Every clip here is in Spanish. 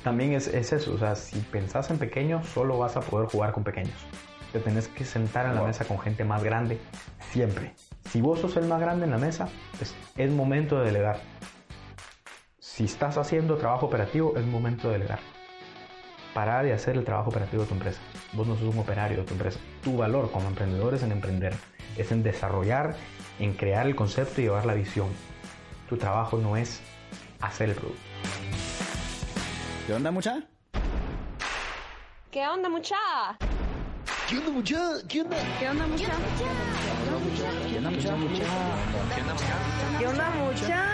también es eso, o sea, si pensás en pequeños, solo vas a poder jugar con pequeños. Te tenés que sentar en la mesa con gente más grande siempre. Si vos sos el más grande en la mesa, pues es momento de delegar. Si estás haciendo trabajo operativo, es momento de delegar. Para de hacer el trabajo operativo de tu empresa. Vos no sos un operario de tu empresa. Tu valor como emprendedor es en emprender, es en desarrollar, en crear el concepto y llevar la visión. Tu trabajo no es hacer el producto. ¿Qué onda, mucha? ¿Qué onda, mucha? ¿Qué onda, mucha? ¿Qué onda? ¿Qué onda, mucha? ¿Qué onda, mucha? ¿Qué onda, mucha?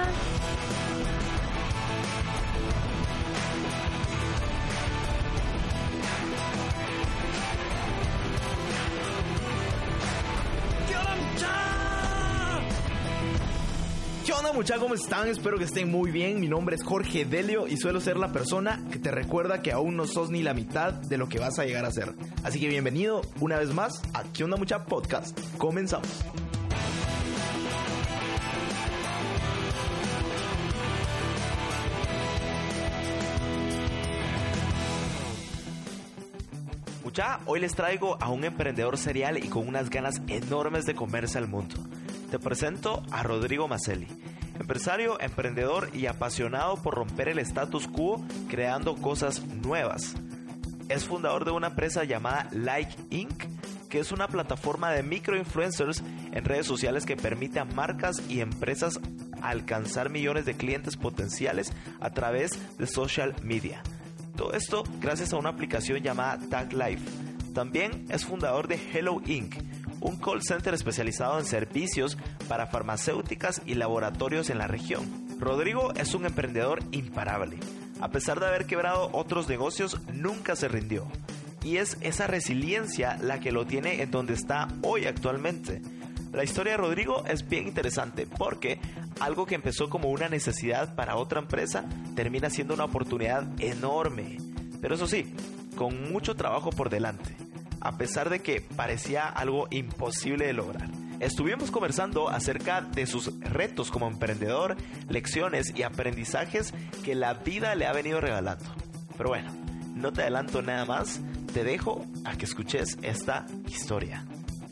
¿Qué onda, mucha? ¿Cómo están? Espero que estén muy bien. Mi nombre es Jorge Delio y suelo ser la persona que te recuerda que aún no sos ni la mitad de lo que vas a llegar a ser. Así que bienvenido una vez más a ¿Qué onda, mucha? Podcast. Comenzamos. Mucha, hoy les traigo a un emprendedor serial y con unas ganas enormes de comerse al mundo. Te presento a Rodrigo Maselli, empresario, emprendedor y apasionado por romper el status quo creando cosas nuevas. Es fundador de una empresa llamada Like Inc., que es una plataforma de microinfluencers en redes sociales que permite a marcas y empresas alcanzar millones de clientes potenciales a través de social media. Todo esto gracias a una aplicación llamada Tag Life. También es fundador de Hello Inc., un call center especializado en servicios para farmacéuticas y laboratorios en la región. Rodrigo es un emprendedor imparable. A pesar de haber quebrado otros negocios, nunca se rindió. Y es esa resiliencia la que lo tiene en donde está hoy actualmente. La historia de Rodrigo es bien interesante porque algo que empezó como una necesidad para otra empresa termina siendo una oportunidad enorme. Pero eso sí, con mucho trabajo por delante, a pesar de que parecía algo imposible de lograr. Estuvimos conversando acerca de sus retos como emprendedor, lecciones y aprendizajes que la vida le ha venido regalando. Pero bueno, no te adelanto nada más, te dejo a que escuches esta historia.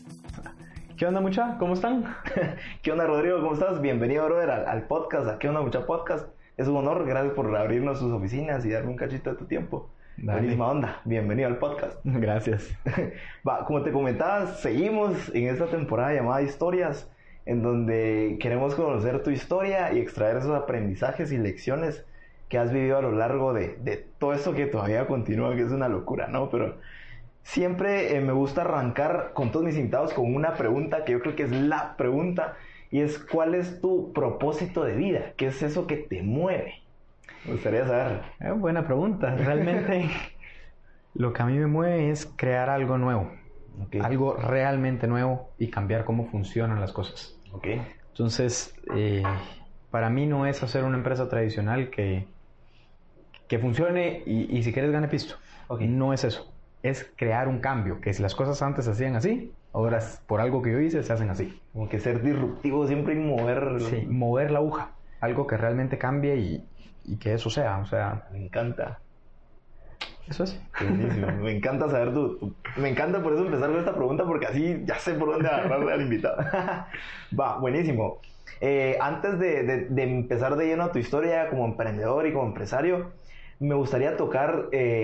¿Qué onda, mucha? ¿Cómo están? ¿Qué onda, Rodrigo? ¿Cómo estás? Bienvenido, brother, al podcast, a ¿Qué onda, mucha? Podcast. Es un honor, gracias por abrirnos sus oficinas y darme un cachito de tu tiempo. Dale. Buenísima onda, bienvenido al podcast. Gracias. Va, como te comentaba, seguimos en esta temporada llamada Historias, en donde queremos conocer tu historia y extraer esos aprendizajes y lecciones que has vivido a lo largo de todo esto que todavía continúa, que es una locura, ¿no? Pero siempre me gusta arrancar con todos mis invitados con una pregunta que yo creo que es la pregunta, y es: ¿cuál es tu propósito de vida? ¿Qué es eso que te mueve? Me gustaría saber. Buena pregunta. Realmente lo que a mí me mueve es crear algo nuevo. Okay. Algo realmente nuevo y cambiar cómo funcionan las cosas. Okay. Entonces, para mí no es hacer una empresa tradicional que funcione y si quieres gane pisto. Okay. No es eso. Es crear un cambio. Que si las cosas antes se hacían así, ahora por algo que yo hice se hacen así. Como que ser disruptivo siempre y mover... Sí, mover la aguja. Algo que realmente cambie y que eso sea, o sea... Me encanta. Eso es. Buenísimo. Me encanta saber Me encanta por eso empezar con esta pregunta, porque así ya sé por dónde agarrarle al invitado. Va, buenísimo. Antes de empezar de lleno a tu historia como emprendedor y como empresario, me gustaría tocar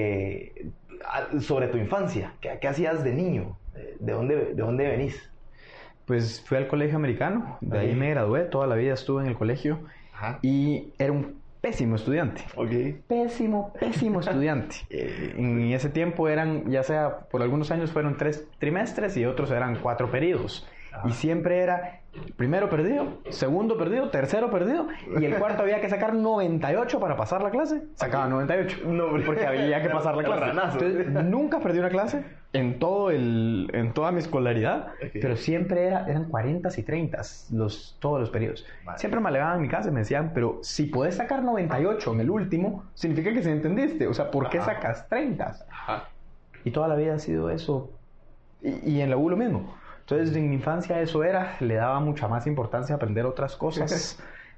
sobre tu infancia. ¿Qué hacías de niño? ¿De dónde venís? Pues fui al colegio americano, de ahí me gradué, toda la vida estuve en el colegio. Ajá. Y era un pésimo estudiante. Okay. Pésimo estudiante. En ese tiempo eran, ya sea por algunos años fueron 3 trimestres y otros eran 4 periodos. Y siempre era primero perdido, segundo perdido, tercero perdido, y el cuarto había que sacar 98 para pasar la clase. Sacaba 98. No, porque había que pasar la clase. Entonces, nunca perdí una clase en toda mi escolaridad, Okay. pero siempre eran 40 y 30 todos los periodos. Vale. Siempre me alegaban en mi casa y me decían, pero si podés sacar 98 en el último, significa que sí entendiste. O sea, ¿por qué sacas 30? Ajá. Y toda la vida ha sido eso. Y en la U lo mismo. Entonces, en mi infancia eso le daba mucha más importancia a aprender otras cosas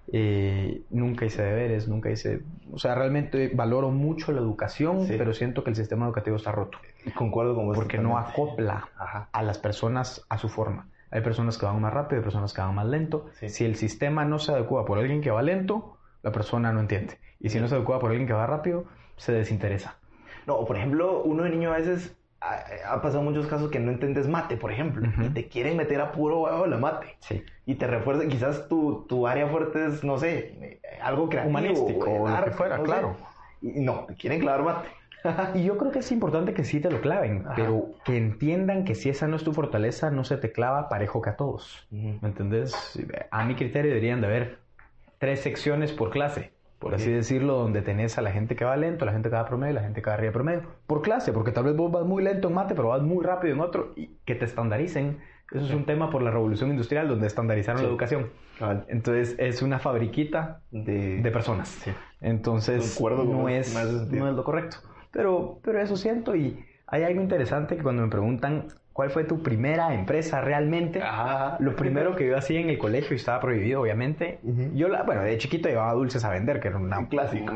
Nunca hice deberes, nunca hice... O sea, realmente valoro mucho la educación, pero siento que el sistema educativo está roto. Concuerdo con vos. Porque no acopla a las personas a su forma. Hay personas que van más rápido, hay personas que van más lento. Si el sistema no se adecua por alguien que va lento, la persona no entiende. Y si no se adecua por alguien que va rápido, se desinteresa. No, por ejemplo, uno de niño a veces... Ha pasado muchos casos que no entiendes mate, por ejemplo, y te quieren meter a puro huevo la mate. Y te refuerzan, quizás tu área fuerte es, no sé, algo creativo. Humanístico, o lo que fuera, claro. Y no, te quieren clavar mate. Y yo creo que es importante que sí te lo claven, pero que entiendan que si esa no es tu fortaleza, no se te clava parejo que a todos. ¿Me entendés? A mi criterio deberían de haber 3 secciones por clase, por así decirlo, donde tenés a la gente que va lento, la gente que va promedio y la gente que va arriba promedio. Por clase, porque tal vez vos vas muy lento en mate, pero vas muy rápido en otro, y que te estandaricen. Eso es un tema por la revolución industrial, donde estandarizaron la educación. Entonces, es una fabriquita de personas. Entonces, no es lo correcto. Pero eso siento, y hay algo interesante que cuando me preguntan ¿cuál fue tu primera empresa realmente? Lo primero que yo hacía en el colegio, y estaba prohibido obviamente, yo de chiquito llevaba dulces a vender, que era un clásico.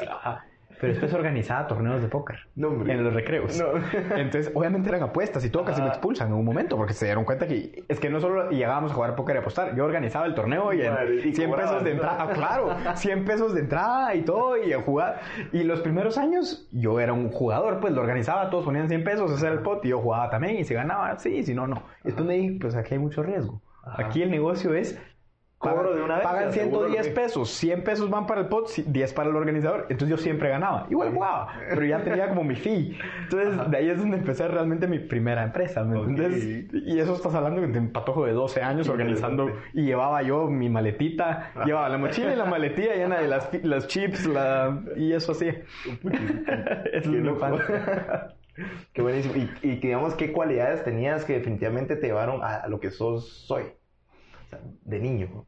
Pero después organizaba torneos de póker en los recreos. Entonces, obviamente eran apuestas y todo, casi me expulsan en un momento porque se dieron cuenta que es que no solo llegábamos a jugar póker y apostar, yo organizaba el torneo y 100 pesos de entrada, claro, 100 pesos de entrada y todo, y a jugar. Y los primeros años yo era un jugador, pues lo organizaba, todos ponían 100 pesos a hacer el pot y yo jugaba también, y si ganaba, sí, si no, no. Después me dije, pues aquí hay mucho riesgo. Aquí el negocio es... Cobro de una vez, pagan 110 pesos, 100 pesos van para el pot, 10 para el organizador. Entonces yo siempre ganaba. Igual jugaba, pero ya tenía como mi fee. Entonces de ahí es donde empecé realmente mi primera empresa, ¿me entiendes? Y eso estás hablando de un patojo de 12 años organizando, y llevaba yo mi maletita, llevaba la mochila y la maletilla llena de las chips, y eso así. Es lo Qué buenísimo. Y digamos, ¿qué cualidades tenías que definitivamente te llevaron a lo que sos hoy? O sea, de niño.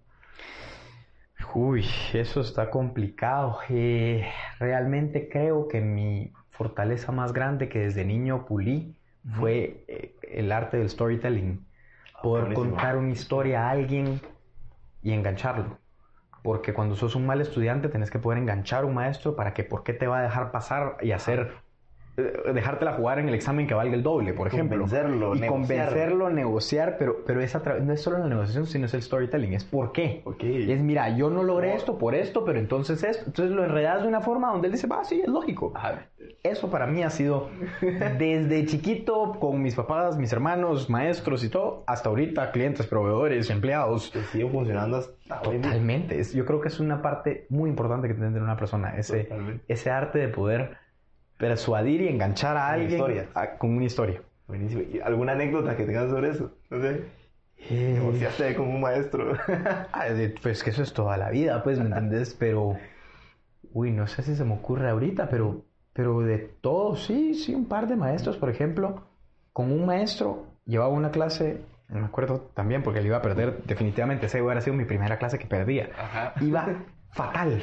Uy, eso está complicado. Realmente creo que mi fortaleza más grande que desde niño pulí fue el arte del storytelling. Poder contar una historia a alguien y engancharlo. Porque cuando sos un mal estudiante tenés que poder enganchar a un maestro para que por qué te va a dejar pasar y dejártela jugar en el examen que valga el doble, por ejemplo. Convencerlo, negociar, pero no es solo la negociación, sino es el storytelling, es por qué. Es, mira, yo no logré esto por esto, pero entonces esto. Entonces lo enredas de una forma donde él dice, sí, es lógico. Eso para mí ha sido desde chiquito, con mis papás, mis hermanos, maestros y todo, hasta ahorita, clientes, proveedores, empleados. Que sigue funcionando hasta totalmente. Yo creo que es una parte muy importante que tiene que tener una persona, ese arte de poder persuadir y enganchar a alguien con una historia. Buenísimo. ¿Y alguna anécdota que tengas sobre eso? No sé. Negociaste con un maestro. Pues que eso es toda la vida, pues, ¿me entendés? Pero, no sé si se me ocurre ahorita, pero de todo, sí, un par de maestros, por ejemplo. Con un maestro llevaba una clase, no me acuerdo también porque le iba a perder definitivamente, esa hubiera sido mi primera clase que perdía. Iba fatal.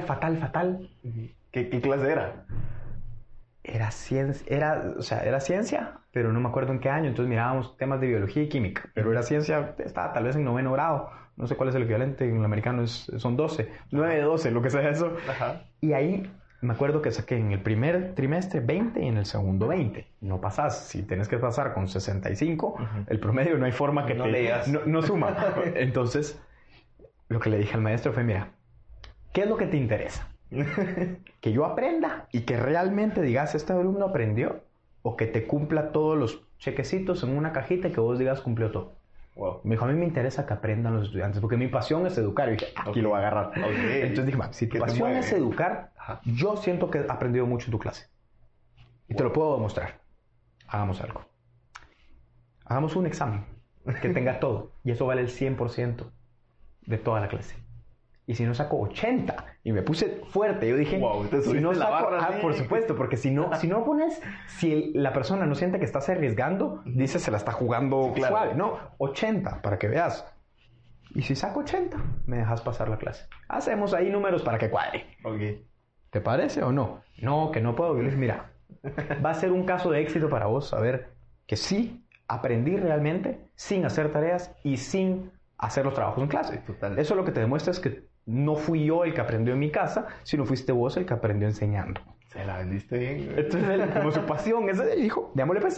¿Qué clase era? Era ciencia, pero no me acuerdo en qué año. Entonces mirábamos temas de biología y química, pero era ciencia, estaba tal vez en 9º grado, no sé cuál es el equivalente, en el americano son 12, 9 de 12, lo que sea eso. Y ahí me acuerdo que saqué en el primer trimestre 20 y en el segundo 20. No pasás, si tenés que pasar con 65, el promedio no hay forma que no suma. Entonces, lo que le dije al maestro fue, mira, ¿qué es lo que te interesa? Que yo aprenda y que realmente digas, este alumno aprendió, o que te cumpla todos los chequecitos en una cajita y que vos digas cumplió todo. Me dijo, a mí me interesa que aprendan los estudiantes porque mi pasión es educar. Y dije, aquí lo voy a agarrar. Entonces dije, si tu pasión es educar, yo siento que he aprendido mucho en tu clase y te lo puedo demostrar. Hagamos algo, hagamos un examen que tenga todo, y eso vale el 100% de toda la clase. Y si no saco 80, y me puse fuerte, yo dije, si no saco, por supuesto, porque si no pones, si la persona no siente que estás arriesgando, dice se la está jugando suave, no, 80, para que veas. Y si saco 80, me dejas pasar la clase. Hacemos ahí números para que cuadre. ¿Te parece o no? No, que no puedo. Yo le dije, mira, va a ser un caso de éxito para vos saber que sí aprendí realmente sin hacer tareas y sin hacer los trabajos en clase. Eso lo que te demuestra es que no fui yo el que aprendió en mi casa, sino fuiste vos el que aprendió enseñando. Se la vendiste bien. Entonces, como su pasión, ese dijo, démosle pues.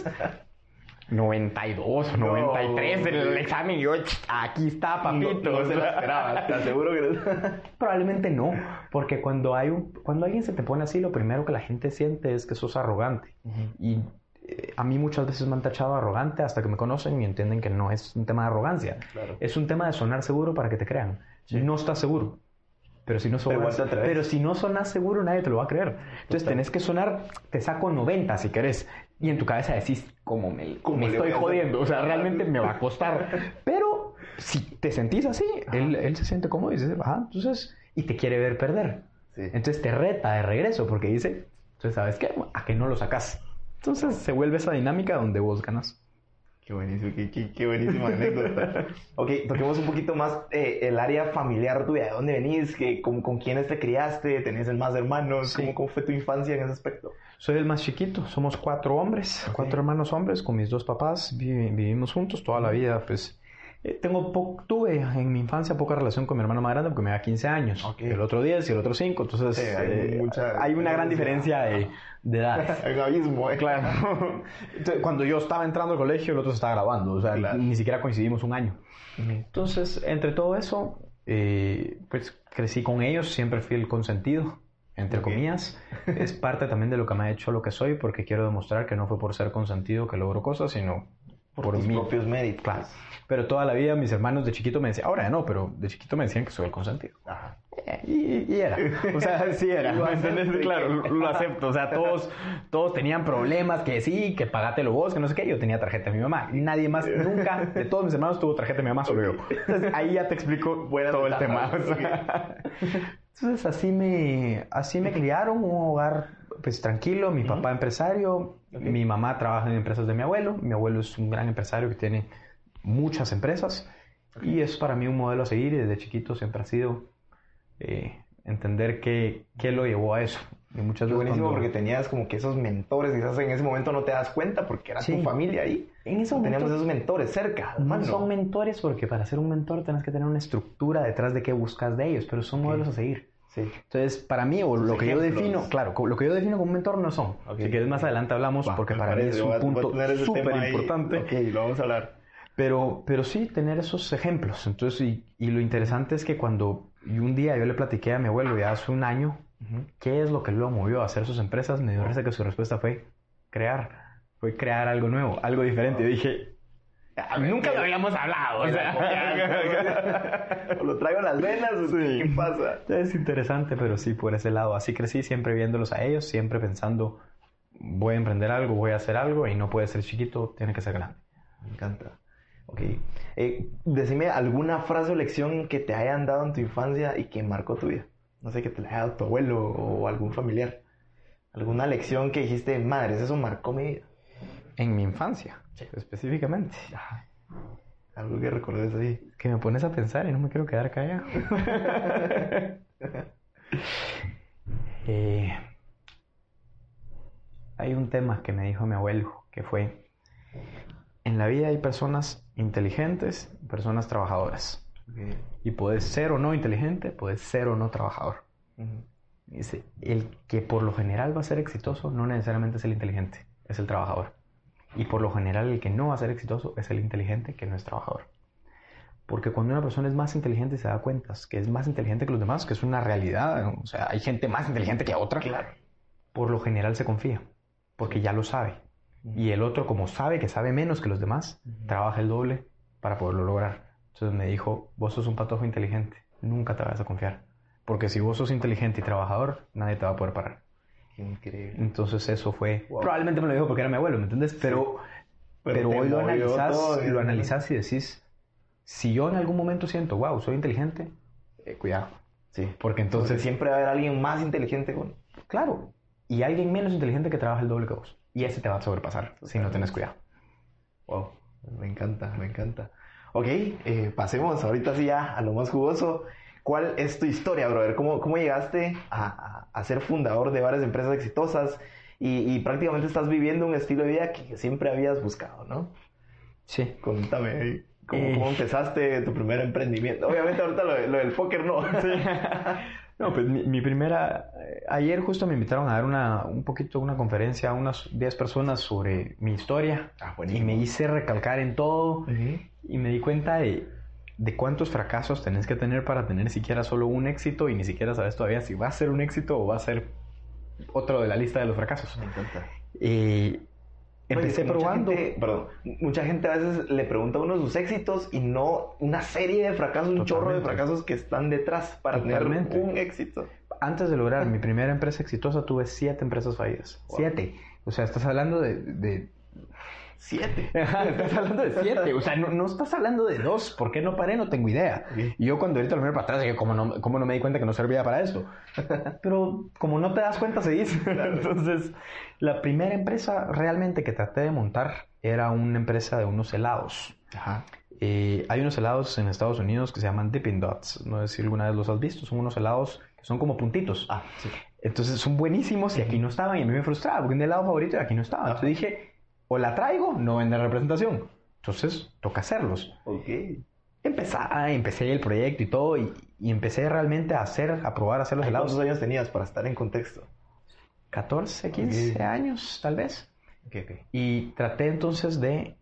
92 o 93 en el examen, y yo, aquí está, papito. No se la esperaba, te aseguro que no. Probablemente no, porque cuando alguien se te pone así, lo primero que la gente siente es que sos arrogante. Y a mí muchas veces me han tachado arrogante hasta que me conocen y entienden que no es un tema de arrogancia. Claro. Es un tema de sonar seguro para que te crean. Sí. No estás seguro. Pero si no sonas seguro, nadie te lo va a creer. Entonces tenés que sonar, te saco 90 si querés. Y en tu cabeza decís, ¿cómo me estoy jodiendo? O sea, realmente me va a costar. Pero si te sentís así, él se siente cómodo y dice, entonces, y te quiere ver perder. Sí. Entonces te reta de regreso porque dice, entonces, ¿sabes qué? ¿A qué no lo sacas? Entonces se vuelve esa dinámica donde vos ganas. Qué buenísimo, qué buenísima anécdota. Ok, toquemos un poquito más el área familiar tuya. ¿De dónde venís? ¿Con quiénes te criaste? ¿Tenés más hermanos? Sí. ¿Cómo fue tu infancia en ese aspecto? Soy el más chiquito. Somos 4 hombres, 4 hermanos hombres. Con mis 2 papás vivimos juntos toda la vida. Pues tuve en mi infancia poca relación con mi hermano más grande porque me da 15 años. Okay. El otro 10 y el otro 5. Entonces hay una gran diferencia de edades. Hay un abismo, Claro. Entonces, cuando yo estaba entrando al colegio, el otro se estaba graduando. O sea, claro. Ni siquiera coincidimos un año. Entonces, entre todo eso, pues crecí con ellos. Siempre fui el consentido, entre comillas. Es parte también de lo que me ha hecho lo que soy, porque quiero demostrar que no fue por ser consentido que logro cosas, sino por tus propios méritos. Claro. Pero toda la vida mis hermanos de chiquito me decían, ahora ya no, pero de chiquito me decían que soy el consentido. Ajá. Y era. O sea, sí era. ¿Me entiendes? Claro, lo acepto. O sea, todos tenían problemas, que sí, que pagátelo vos, que no sé qué. Yo tenía tarjeta de mi mamá. Y nadie más, nunca, de todos mis hermanos, tuvo tarjeta de mi mamá, solo yo. Entonces, ahí ya te explico todo el tema. O sea, entonces, así me criaron, un hogar pues tranquilo. Mi papá empresario, mi mamá trabaja en empresas de mi abuelo. Mi abuelo es un gran empresario que tiene muchas empresas. Y es para mí un modelo a seguir. Y desde chiquito siempre ha sido entender qué lo llevó a eso. Y muchas veces buenísimo porque tenías como que esos mentores, quizás en ese momento no te das cuenta porque era tu familia ahí. En ese momento teníamos esos mentores cerca. No son mentores porque para ser un mentor tienes que tener una estructura detrás de qué buscas de ellos, pero son modelos a seguir. Sí. Entonces, para mí, o lo que yo defino, claro, lo que yo defino como un mentor no son. Si quieres más adelante hablamos porque para mí es un punto súper importante. Ok, lo vamos a hablar. Pero sí, tener esos ejemplos. Entonces, y lo interesante es que y un día yo le platiqué a mi abuelo, ya hace un año, qué es lo que lo movió a hacer sus empresas, me dio risa que su respuesta fue crear algo nuevo, algo diferente. Yo dije, nunca lo habíamos hablado. O sea, lo traigo en las venas, sí. ¿Qué pasa? Es interesante, pero sí, por ese lado. Así crecí, siempre viéndolos a ellos, siempre pensando, voy a emprender algo, voy a hacer algo, y no puede ser chiquito, tiene que ser grande. Me encanta. Ok. Decime alguna frase o lección que te hayan dado en tu infancia y que marcó tu vida. No sé, que te la haya dado tu abuelo o algún familiar. Alguna lección que dijiste, madres, eso marcó mi vida. En mi infancia, específicamente. Algo que recordes ahí. Que me pones a pensar y no me quiero quedar callado. Hay un tema que me dijo mi abuelo, que fue: en la vida hay personas inteligentes y personas trabajadoras. Y puedes ser o no inteligente, puedes ser o no trabajador. Dice, el que por lo general va a ser exitoso no necesariamente es el inteligente, es el trabajador. Y por lo general el que no va a ser exitoso es el inteligente que no es trabajador. Porque cuando una persona es más inteligente se da cuenta que es más inteligente que los demás, que es una realidad. O sea, hay gente más inteligente que otra. Claro. Por lo general se confía, porque ya lo sabe. Y el otro, como sabe que sabe menos que los demás, trabaja el doble para poderlo lograr. Entonces me dijo, vos sos un patojo inteligente, nunca te vas a confiar. Porque si vos sos inteligente y trabajador, nadie te va a poder parar. Qué increíble. Entonces eso fue... Wow. Probablemente me lo dijo porque era mi abuelo, ¿me entiendes? Pero hoy lo analizás y decís, si yo en algún momento siento, wow, soy inteligente, cuidado. Sí. Porque entonces... siempre va a haber alguien más inteligente. Claro. Y alguien menos inteligente que trabaja el doble que vos. Y ese te va a sobrepasar si no tenés cuidado. Wow. Me encanta, me encanta. Ok, pasemos ahorita sí ya a lo más jugoso. ¿Cuál es tu historia, brother? ¿Cómo llegaste a ser fundador de varias empresas exitosas y prácticamente estás viviendo un estilo de vida que siempre habías buscado, ¿no? Sí. Contame ahí. ¿Cómo empezaste tu primer emprendimiento? Obviamente ahorita lo del póker no. Sí. No, pues mi primera... ayer justo me invitaron a dar una conferencia a unas 10 personas sobre mi historia. Y me hice recalcar en todo. Y me di cuenta de cuántos fracasos tenés que tener para tener siquiera solo un éxito. Y ni siquiera sabes todavía si va a ser un éxito o va a ser otro de la lista de los fracasos. Me encanta. Empecé probando. Mucha gente a veces le pregunta a uno sus éxitos y no una serie de fracasos, un chorro de fracasos que están detrás para tener un éxito. Antes de lograr mi primera empresa exitosa, tuve 7 empresas fallidas. Wow. 7. O sea, estás hablando de 7. Estás hablando de 7. O sea, no estás hablando de 2. ¿Por qué no paré? No tengo idea. Y yo cuando ahorita lo miro para atrás, dije, ¿cómo no me di cuenta que no servía para esto? Pero como no te das cuenta, se dice. Claro. Entonces, la primera empresa realmente que traté de montar era una empresa de unos helados. Ajá. Hay unos helados en Estados Unidos que se llaman Dippin' Dots. No sé si alguna vez los has visto. Son unos helados que son como puntitos. Sí. Entonces, son buenísimos y aquí no estaban. Y a mí me frustraba porque mi helado favorito y aquí no estaba. Entonces dije... o la traigo, no vende representación. Entonces, toca hacerlos. Empecé el proyecto y todo, y empecé realmente a probar a hacer los helados. ¿Cuántos años tenías para estar en contexto? 14, 15 años, tal vez. Y traté entonces de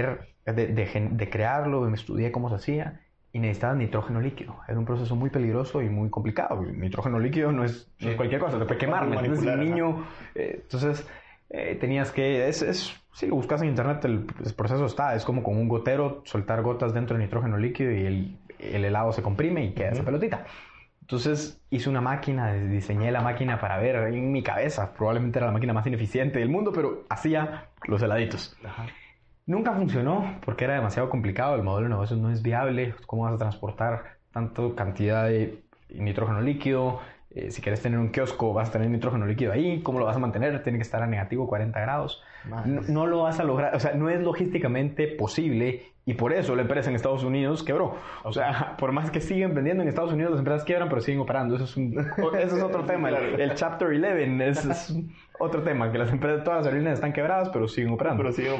crearlo, me estudié cómo se hacía, y necesitaba nitrógeno líquido. Era un proceso muy peligroso y muy complicado. El nitrógeno líquido no es cualquier cosa, te puede quemar. Entonces, un niño... entonces... tenías que... si lo buscas en internet, el proceso está. Es como con un gotero, soltar gotas dentro del nitrógeno líquido y el helado se comprime y queda esa pelotita. Entonces hice una máquina, diseñé la máquina para ver en mi cabeza. Probablemente era la máquina más ineficiente del mundo, pero hacía los heladitos. Ajá. Nunca funcionó porque era demasiado complicado. El modelo de negocio no es viable. ¿Cómo vas a transportar tanta cantidad de nitrógeno líquido? Si quieres tener un kiosco, vas a tener nitrógeno líquido ahí. ¿Cómo lo vas a mantener? Tiene que estar a negativo 40 grados. No lo vas a lograr. O sea, no es logísticamente posible. Y por eso la empresa en Estados Unidos quebró. O sea, por más que siguen vendiendo en Estados Unidos, las empresas quiebran, pero siguen operando. Eso es otro tema. El Chapter 11 es otro tema. Que todas las aerolíneas están quebradas, pero siguen operando.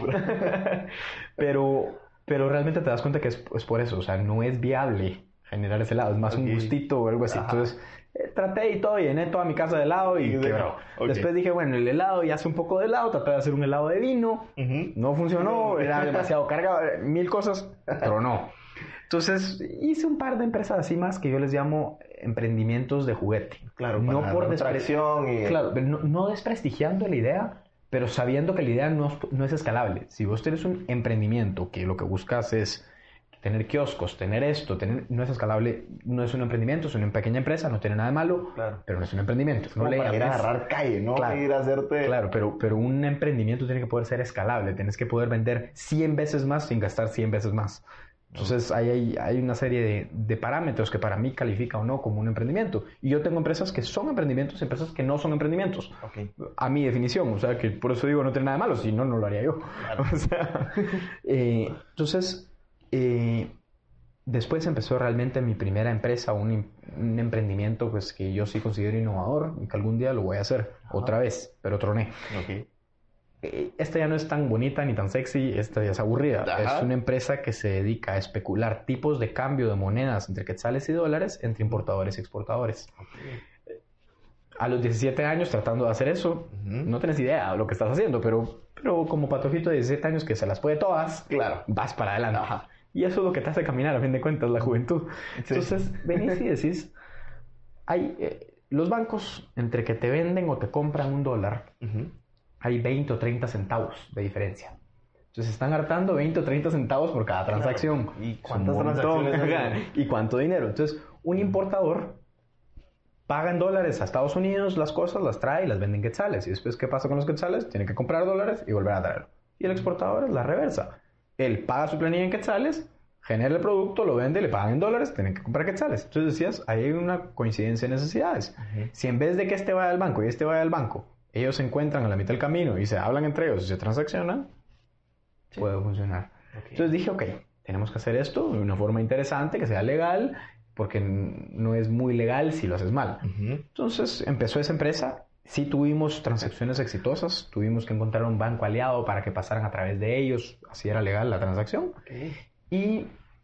Pero realmente te das cuenta que es por eso. O sea, no es viable generar ese helado. Es más un gustito o algo así. Ajá. Entonces... traté y todo, llené toda mi casa de helado y quebró. Después dije, bueno, el helado ya hace un poco de helado, traté de hacer un helado de vino, no funcionó, era demasiado cargado, 1000 cosas, pero no. Entonces hice un par de empresas así más que yo les llamo emprendimientos de juguete. Claro, no por distracción y... Claro, no desprestigiando la idea, pero sabiendo que la idea no es escalable. Si vos tenés un emprendimiento que lo que buscas es tener kioscos, tener esto, no es escalable, no es un emprendimiento, es una pequeña empresa, no tiene nada de malo, pero no es un emprendimiento. No le para ir a agarrar calle, ¿no? Claro, ir a hacerte... Claro, pero un emprendimiento tiene que poder ser escalable, tienes que poder vender 100 veces más sin gastar 100 veces más. Entonces hay una serie de parámetros que para mí califica o no como un emprendimiento. Y yo tengo empresas que son emprendimientos y empresas que no son emprendimientos. A mi definición, o sea, que por eso digo no tiene nada de malo, si no, no lo haría yo. Claro. O sea, entonces... después empezó realmente mi primera empresa, un emprendimiento pues que yo sí considero innovador y que algún día lo voy a hacer otra vez, pero troné. Esta ya no es tan bonita ni tan sexy, esta ya es aburrida. Es una empresa que se dedica a especular tipos de cambio de monedas entre quetzales y dólares entre importadores y exportadores. A los 17 años tratando de hacer eso, no tenés idea de lo que estás haciendo, pero como patojito de 17 años que se las puede todas, vas para adelante. Y eso es lo que te hace caminar, a fin de cuentas, la juventud. Entonces, venís y decís, los bancos, entre que te venden o te compran $1, hay 20 o 30 centavos de diferencia. Entonces, están hartando 20 o 30 centavos por cada transacción. ¿Y cuántas transacciones? ¿Y cuánto dinero? Entonces, un importador paga en dólares a Estados Unidos las cosas, las trae y las vende en quetzales. Y después, ¿qué pasa con los quetzales? Tiene que comprar dólares y volver a traerlo. Y el exportador es la reversa. Él paga su planilla en quetzales, genera el producto, lo vende, le pagan en dólares, tienen que comprar quetzales. Entonces decías, ahí hay una coincidencia de necesidades. Si en vez de que este vaya al banco y este vaya al banco, ellos se encuentran a la mitad del camino y se hablan entre ellos y se transaccionan, puede funcionar. Entonces dije, ok, tenemos que hacer esto de una forma interesante, que sea legal, porque no es muy legal si lo haces mal. Entonces empezó esa empresa. Sí tuvimos transacciones exitosas, tuvimos que encontrar un banco aliado para que pasaran a través de ellos, así era legal la transacción. Y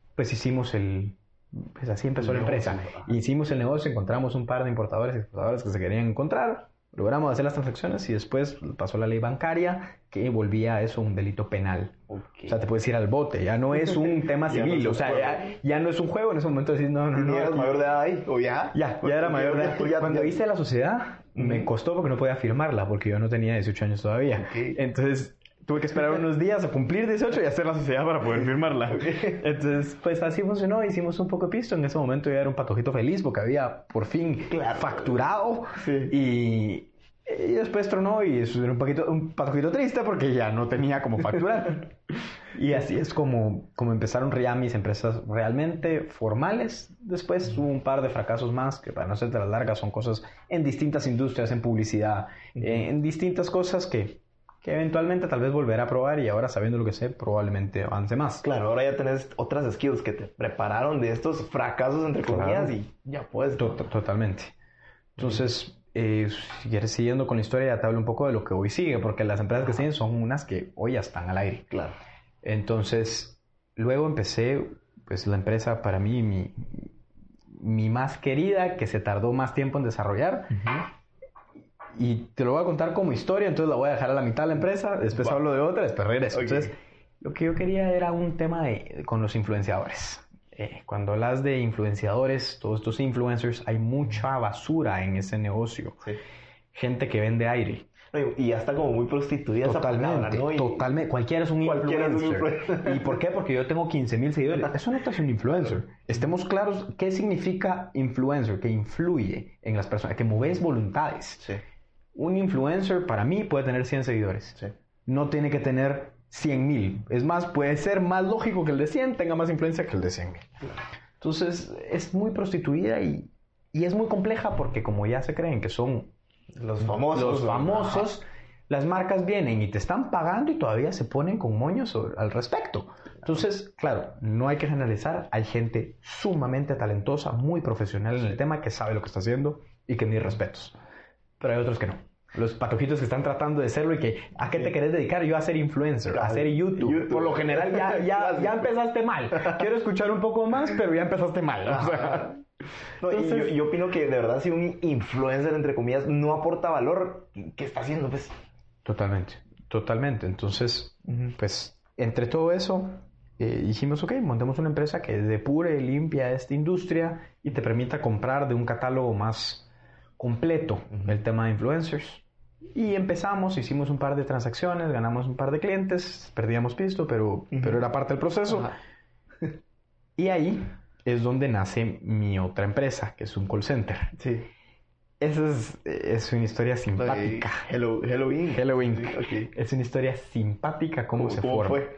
pues pues así empezó la empresa. Hicimos el negocio, encontramos un par de importadores y exportadores que se querían encontrar, logramos hacer las transacciones y después pasó la ley bancaria que volvía a eso un delito penal. Okay. O sea, te puedes ir al bote, ya no es un tema civil, o sea, ya no es un juego. En ese momento decís, no. ¿Y eras mayor de edad ahí? ¿O ya? Ya era mayor de edad. Cuando hice la sociedad, me costó porque no podía firmarla, porque yo no tenía 18 años todavía. Okay. Entonces tuve que esperar unos días a cumplir 18 y hacer la sociedad para poder firmarla. Okay. Entonces, pues así funcionó. Hicimos un poco de pisto. En ese momento yo era un patojito feliz porque había por fin facturado. Sí. Y después tronó y eso era un patojito triste porque ya no tenía como facturar. Y así es como empezaron ya mis empresas realmente formales. Después hubo un par de fracasos más que, para no ser de las largas, son cosas en distintas industrias, en publicidad, en distintas cosas que eventualmente tal vez volveré a probar, y ahora sabiendo lo que sé, probablemente avance más. Claro, ahora ya tenés otras skills que te prepararon de estos fracasos, entre comillas, y ya puedes. Totalmente. Entonces, si quieres siguiendo con la historia, ya te hablo un poco de lo que hoy sigue, porque las empresas que siguen son unas que hoy ya están al aire. Claro. Entonces, luego empecé, pues la empresa para mí, mi más querida, que se tardó más tiempo en desarrollar. Y te lo voy a contar como historia, entonces la voy a dejar a la mitad de la empresa, después hablo de otra, después regreso. Okay. Entonces, lo que yo quería era un tema con los influenciadores. Cuando hablas de influenciadores, todos estos influencers, hay mucha basura en ese negocio. Sí. Gente que vende aire. Y ya está como muy prostituida totalmente, esa palabra, ¿no? Totalmente. Cualquiera es un influencer. ¿Y por qué? Porque yo tengo 15,000 seguidores. Eso no te hace un influencer. Estemos claros, ¿qué significa influencer? Que influye en las personas, que mueves voluntades. Sí. Un influencer para mí puede tener 100 seguidores. Sí. No tiene que tener 100,000. Es más, puede ser más lógico que el de 100 tenga más influencia que el de 100,000. Entonces, es muy prostituida y es muy compleja porque como ya se creen que son los famosos, las marcas vienen y te están pagando y todavía se ponen con moños al respecto. Entonces, claro, no hay que generalizar. Hay gente sumamente talentosa, muy profesional en el tema, que sabe lo que está haciendo y que mis respetos. Pero hay otros que no. Los patojitos que están tratando de serlo y que ¿a qué te querés dedicar? Yo a ser influencer, a hacer YouTube. Por lo general ya empezaste mal. Quiero escuchar un poco más, pero ya empezaste mal. O sea, no, entonces, yo opino que de verdad si un influencer, entre comillas, no aporta valor, ¿qué está haciendo? Pues? Totalmente. Entonces, pues, entre todo eso, dijimos, ok, montemos una empresa que depure, limpia esta industria y te permita comprar de un catálogo más completo el tema de influencers. Y empezamos, hicimos un par de transacciones, ganamos un par de clientes, perdíamos pisto, pero era parte del proceso. Y ahí es donde nace mi otra empresa, que es un call center. Sí. Esa es una historia simpática. Hello Inc. Hello Inc. Sí, okay. Es una historia simpática cómo se forma. Fue?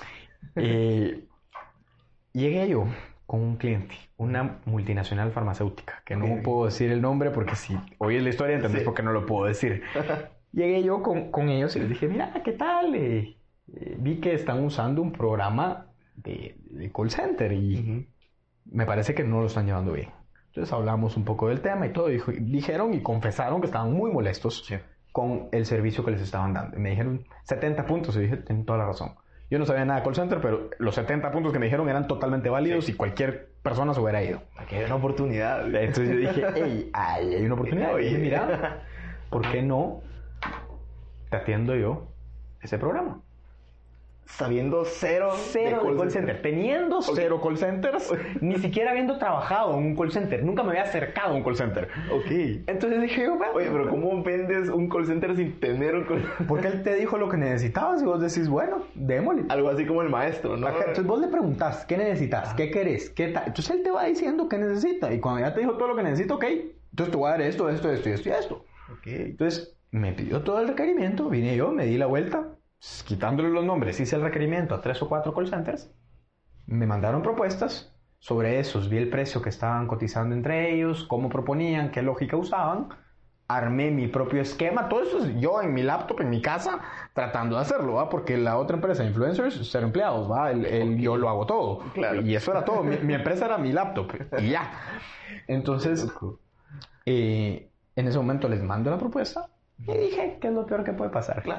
Llegué yo con un cliente, una multinacional farmacéutica, que no puedo decir el nombre porque si oyes la historia entendés por qué no lo puedo decir. Llegué yo con ellos y les dije, mira, ¿qué tal? Vi que están usando un programa de call center y me parece que no lo están llevando bien. Entonces hablamos un poco del tema y todo. Dijeron y confesaron que estaban muy molestos con el servicio que les estaban dando. Y me dijeron 70 puntos y dije, tienen toda la razón. Yo no sabía nada de call center, pero los 70 puntos que me dijeron eran totalmente válidos y cualquier persona se hubiera ido. Aquí hay una oportunidad. Entonces yo dije, hay una oportunidad. Y dije, mira, ¿por qué no te atiendo yo ese programa? Sabiendo cero de call center. Teniendo cero call centers, ni siquiera habiendo trabajado en un call center. Nunca me había acercado a un call center. Entonces dije yo, bueno, oye, pero ¿cómo vendes un call center sin tener un call center? Porque él te dijo lo que necesitabas y vos decís, bueno, démosle. Algo así como el maestro, ¿no? Entonces vos le preguntás, ¿qué necesitas? ¿Qué querés? ¿Qué tal? Entonces él te va diciendo qué necesita. Y cuando ya te dijo todo lo que necesita, ok, entonces te voy a dar esto. Entonces me pidió todo el requerimiento, vine yo, me di la vuelta, quitándole los nombres, hice el requerimiento a 3 o 4 call centers, me mandaron propuestas sobre esos, vi el precio que estaban cotizando entre ellos, cómo proponían, qué lógica usaban, armé mi propio esquema, todo eso es yo en mi laptop, en mi casa, tratando de hacerlo, ¿va? Porque la otra empresa de influencers, ser empleados, ¿va? Yo lo hago todo, y eso era todo, mi empresa era mi laptop, y ya. Entonces, en ese momento les mando la propuesta, y dije, ¿qué es lo peor que puede pasar? Claro.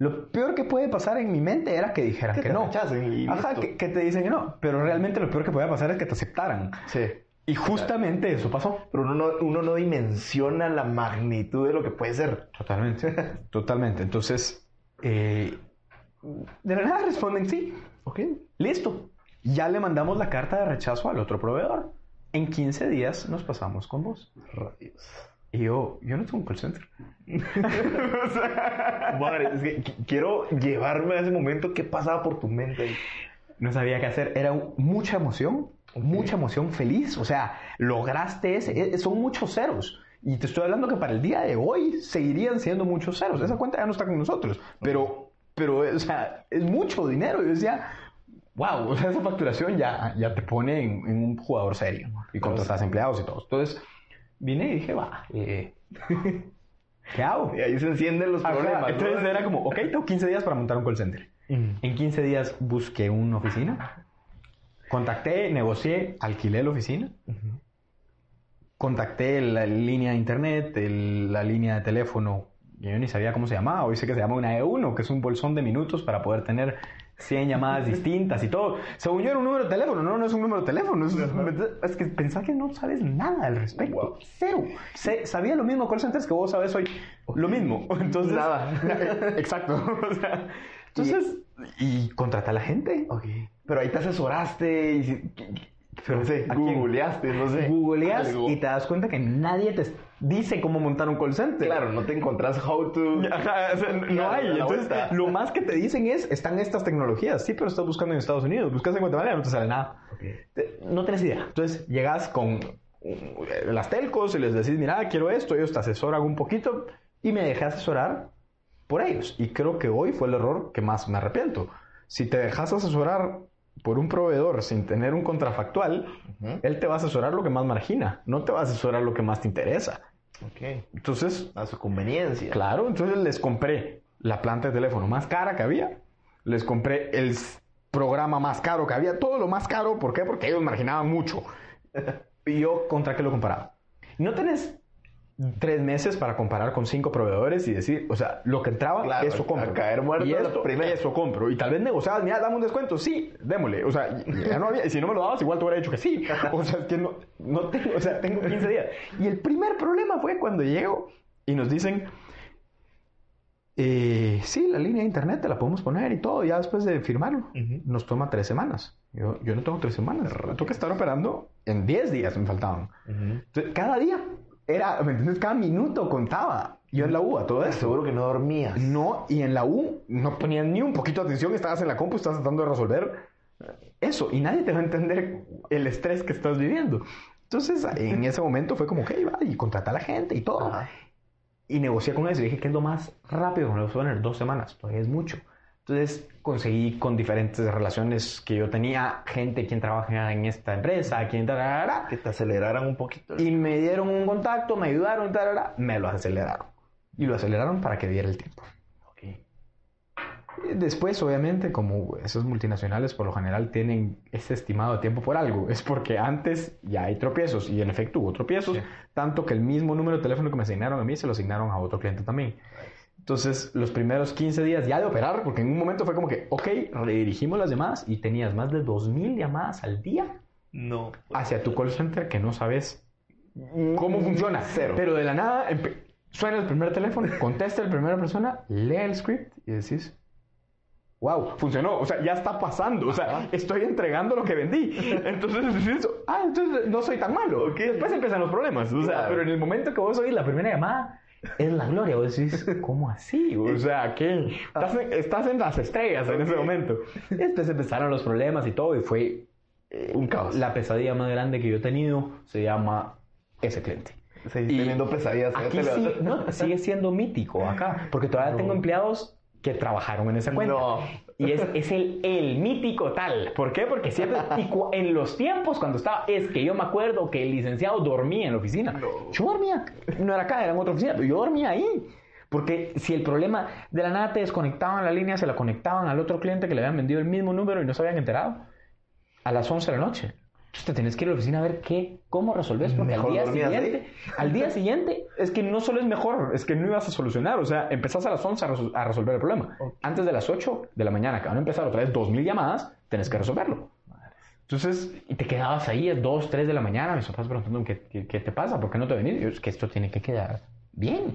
Lo peor que puede pasar en mi mente era que dijeran que no. Ajá, que te dicen que no. Pero realmente lo peor que puede pasar es que te aceptaran. Sí. Y justamente eso pasó. Pero uno no dimensiona la magnitud de lo que puede ser. Totalmente. Totalmente. Entonces, de la nada responden sí. Ok. Listo. Ya le mandamos la carta de rechazo al otro proveedor. En 15 días nos pasamos con vos. Rayos. Y yo no tengo un call center. O sea, madre, es que quiero llevarme a ese momento. ¿Qué pasaba por tu mente ahí? No sabía qué hacer. Era mucha emoción. Mucha emoción, feliz. O sea, lograste son muchos ceros. Y te estoy hablando que para el día de hoy seguirían siendo muchos ceros. Esa cuenta ya no está con nosotros. Pero o sea, es mucho dinero. Yo decía, wow, o sea, esa facturación ya te pone en un jugador serio. Y contratas empleados y todo. Entonces, vine y dije, ¿qué hago? Y ahí se encienden los problemas. Entonces era como, ok, tengo 15 días para montar un call center. En 15 días busqué una oficina. Contacté, negocié, alquilé la oficina. Contacté la línea de internet, la línea de teléfono. Yo ni sabía cómo se llamaba. Hoy sé que se llama una E1, que es un bolsón de minutos para poder tener 100 llamadas distintas y todo. Según yo era un número de teléfono. No es un número de teléfono. Es que pensás que no sabes nada al respecto. Wow. Cero. Sabía lo mismo call centers que vos sabes hoy. Lo mismo. Entonces, nada. Exacto. O sea, entonces, y contrata a la gente. Okay. Pero ahí te asesoraste y... Pero no sé, googleaste, no sé. Googleas algo. Y te das cuenta que nadie te dice cómo montar un call center. Claro, no te encontrás how to... Ajá, o sea, no hay. Entonces, lo más que te dicen están estas tecnologías. Sí, pero estás buscando en Estados Unidos. Buscas en Guatemala y no te sale nada. Okay. No tienes idea. Entonces, llegas con las telcos y les decís, mira, quiero esto. Ellos te asesoran un poquito y me dejé asesorar por ellos. Y creo que hoy fue el error que más me arrepiento. Si te dejas asesorar por un proveedor sin tener un contrafactual, él te va a asesorar lo que más margina, no te va a asesorar lo que más te interesa. Okay. Entonces, a su conveniencia. Claro, entonces les compré la planta de teléfono más cara que había, les compré el programa más caro que había, todo lo más caro. ¿Por qué? Porque ellos marginaban mucho. ¿Y yo contra qué lo comparaba? No tenés 3 meses para comparar con 5 proveedores y decir, o sea, lo que entraba, claro, eso compro. A caer muerto, y esto, eso compro. Y tal vez negociabas, mira, dame un descuento. Sí, démosle. O sea, ya no había, si no me lo dabas, igual te hubiera dicho que sí. O sea, es que no tengo, o sea, tengo 15 días. Y el primer problema fue cuando llego y nos dicen, sí, la línea de internet te la podemos poner y todo, ya después de firmarlo. Nos toma 3 semanas. Yo no tengo 3 semanas. Tengo que estar operando en 10 días, me faltaban. Entonces, cada día era, ¿me entiendes? Cada minuto contaba. Yo en la U, a todo eso. Seguro que no dormías. No, y en la U no ponías ni un poquito de atención, estabas en la compu, estabas tratando de resolver eso, y nadie te va a entender el estrés que estás viviendo. Entonces, en ese momento fue como, ok, va, y contrata a la gente y todo. Ajá. Y negocié con eso, y dije que es lo más rápido que me lo puedo poner, 2 semanas, todavía es mucho. Entonces conseguí con diferentes relaciones que yo tenía, gente quien trabaja en esta empresa, quien que te aceleraran un poquito. Y me dieron un contacto, me ayudaron, me lo aceleraron. Y lo aceleraron para que diera el tiempo. Okay. Después, obviamente, como esos multinacionales por lo general tienen ese estimado de tiempo por algo, es porque antes ya hay tropiezos, y en efecto hubo tropiezos, sí. Tanto que el mismo número de teléfono que me asignaron a mí se lo asignaron a otro cliente también. Entonces, los primeros 15 días ya de operar, porque en un momento fue como que, ok, redirigimos las llamadas y tenías más de 2,000 llamadas al día. No. Hacia tu call center que no sabes cómo funciona. Cero. Pero de la nada, suena el primer teléfono, contesta la primera persona, lee el script y decís, wow, funcionó. O sea, ya está pasando. O sea, estoy entregando lo que vendí. Entonces decís, entonces no soy tan malo. Okay. Después empiezan los problemas. O sea, pero en el momento que vos oís la primera llamada, es la gloria. Vos decís, ¿cómo así? O sea, ¿qué? Estás en las estrellas en ese momento. Y después empezaron los problemas y todo, y fue un caos. La pesadilla más grande que yo he tenido se llama ese cliente. Seguís teniendo pesadillas. Aquí sí, sigue siendo mítico acá, porque todavía tengo empleados que trabajaron en esa cuenta. Y es el mítico tal. ¿Por qué? Porque siempre, en los tiempos cuando estaba, es que yo me acuerdo que el licenciado dormía en la oficina. Yo dormía, no era acá, era en otra oficina, pero yo dormía ahí. Porque si el problema de la nada te desconectaban la línea, se la conectaban al otro cliente que le habían vendido el mismo número y no se habían enterado, a las 11 de la noche. Entonces te tenés que ir a la oficina a ver cómo resolves, porque al día siguiente, es que no solo es mejor, es que no ibas a solucionar. O sea, empezás a las 11 a resolver el problema. Antes de las 8 de la mañana, que van a empezar otra vez 2000 llamadas, tenés que resolverlo. Entonces, y te quedabas ahí a 2, 3 de la mañana, mis papás preguntando qué te pasa, ¿por qué no te venís? Y yo, es que esto tiene que quedar bien.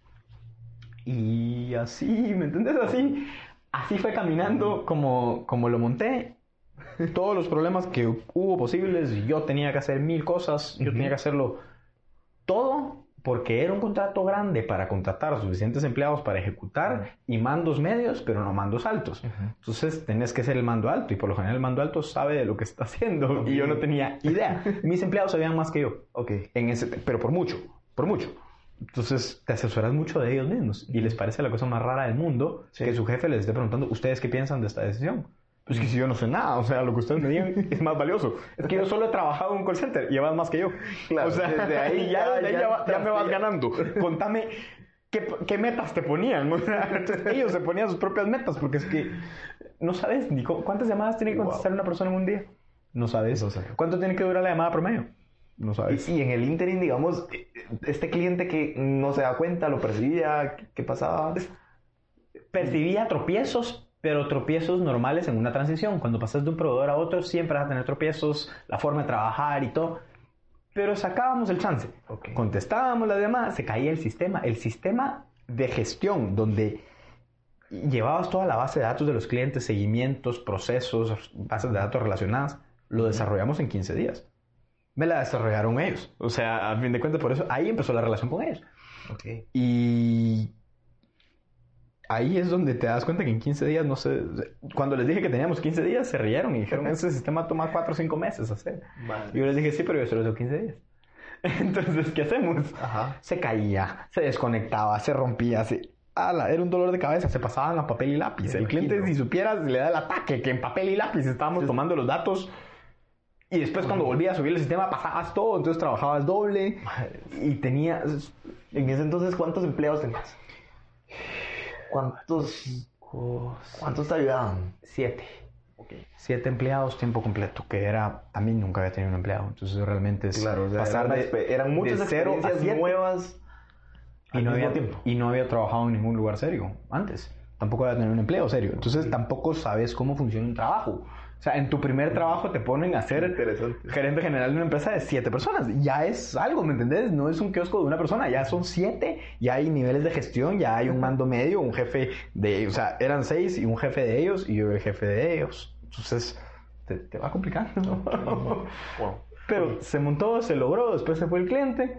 Y así, ¿me entiendes? Así fue caminando como lo monté. Todos los problemas que hubo posibles, yo tenía que hacer 1000 cosas, yo tenía que hacerlo todo porque era un contrato grande para contratar suficientes empleados para ejecutar y mandos medios, pero no mandos altos. Entonces tenés que ser el mando alto y por lo general el mando alto sabe de lo que está haciendo y yo no tenía idea. Mis empleados sabían más que yo, pero por mucho. Entonces te asesoras mucho de ellos mismos y les parece la cosa más rara del mundo que su jefe les esté preguntando, ¿ustedes qué piensan de esta decisión? Pues que si yo no sé nada, o sea, lo que ustedes me digan es más valioso. Es que yo solo he trabajado en un call center y llevas más que yo. Claro, o sea, desde ahí ya me vas ganando. Contame qué metas te ponían. O sea, entonces ellos se ponían sus propias metas porque es que no sabes ni cuántas llamadas tiene que contestar una persona en un día. No sabes. ¿Cuánto tiene que durar la llamada promedio? No sabes. Y en el interim, digamos, este cliente que no se da cuenta, lo percibía, ¿qué pasaba? Percibía tropiezos, pero tropiezos normales en una transición. Cuando pasas de un proveedor a otro, siempre vas a tener tropiezos, la forma de trabajar y todo. Pero sacábamos el chance. Contestábamos las llamadas, se caía el sistema. El sistema de gestión, donde llevabas toda la base de datos de los clientes, seguimientos, procesos, bases de datos relacionadas, lo desarrollamos en 15 días. Me la desarrollaron ellos. O sea, a fin de cuentas, por eso ahí empezó la relación con ellos. Y ahí es donde te das cuenta que en 15 días, no sé, cuando les dije que teníamos 15 días, se rieron y dijeron, ese sistema toma 4 o 5 meses hacer. Y yo les dije, sí, pero yo solo tengo 15 días. Entonces, ¿qué hacemos? Se caía, se desconectaba, se rompía, era un dolor de cabeza, se pasaban a papel y lápiz. El cliente, si supieras, le da el ataque, que en papel y lápiz estábamos tomando los datos. Y después cuando volvía a subir el sistema pasabas todo, entonces trabajabas doble y tenías... En ese entonces, ¿cuántos empleados tenías? ¿Cuántos te ayudaban? 7. 7 empleados, tiempo completo, que también nunca había tenido un empleado. Entonces realmente es pasar eran muchas experiencias nuevas y no había trabajado en ningún lugar serio antes. Tampoco había tenido un empleo serio. Entonces tampoco sabes cómo funciona un trabajo. O sea, en tu primer trabajo te ponen a ser gerente general de una empresa de 7 personas. Ya es algo, ¿me entendés? No es un kiosco de una persona, ya son 7, ya hay niveles de gestión, ya hay un mando medio, un jefe de... O sea, eran 6 y un jefe de ellos y yo el jefe de ellos. Entonces, te va complicando. Pero se montó, se logró, después se fue el cliente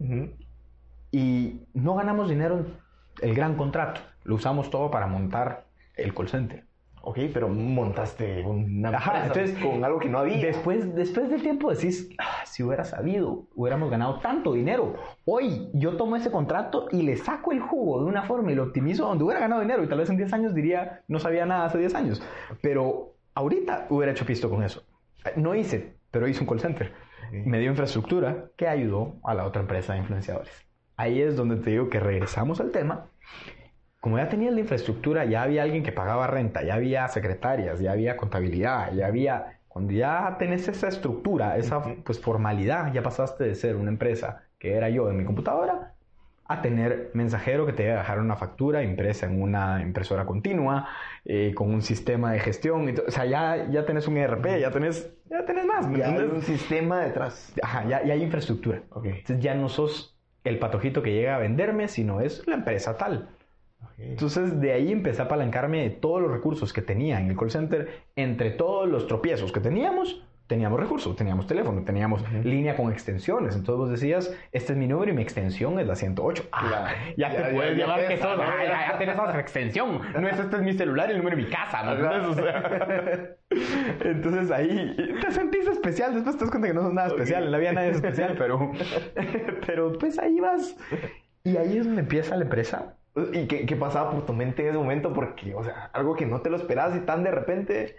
y no ganamos dinero en el gran contrato. Lo usamos todo para montar el call center. Pero montaste una empresa entonces, con algo que no había. Después del tiempo decís, si hubiera sabido, hubiéramos ganado tanto dinero. Hoy yo tomo ese contrato y le saco el jugo de una forma y lo optimizo donde hubiera ganado dinero. Y tal vez en 10 años diría, no sabía nada hace 10 años. Pero ahorita hubiera hecho pisto con eso. No hice, pero hice un call center. Me dio infraestructura que ayudó a la otra empresa de influenciadores. Ahí es donde te digo que regresamos al tema. Como ya tenías la infraestructura, ya había alguien que pagaba renta, ya había secretarias, ya había contabilidad, cuando ya tenés esa estructura, esa pues formalidad, ya pasaste de ser una empresa que era yo en mi computadora a tener mensajero que te iba a dejar una factura impresa en una impresora continua, con un sistema de gestión. O sea, ya tenés un ERP, ya tenés más. Ya hay un sistema detrás. Ya hay infraestructura. Entonces ya no sos el patojito que llega a venderme, sino es la empresa tal. Entonces de ahí empecé a apalancarme de todos los recursos que tenía en el call center. Entre todos los tropiezos que teníamos recursos, teníamos teléfono, teníamos línea con extensiones. Entonces vos decías, este es mi número y mi extensión es la 108. Ya te puedes llamar que sos, ya tenés esa extensión. No es, este es mi celular y el número de mi casa, ¿no? Entonces ahí te sentís especial. Después te das cuenta que no sos nada especial. En la vida nadie es especial, pero pues ahí vas. Y ahí es donde empieza la empresa. ¿Y qué pasaba por tu mente en ese momento? Porque, o sea, algo que no te lo esperabas y tan de repente...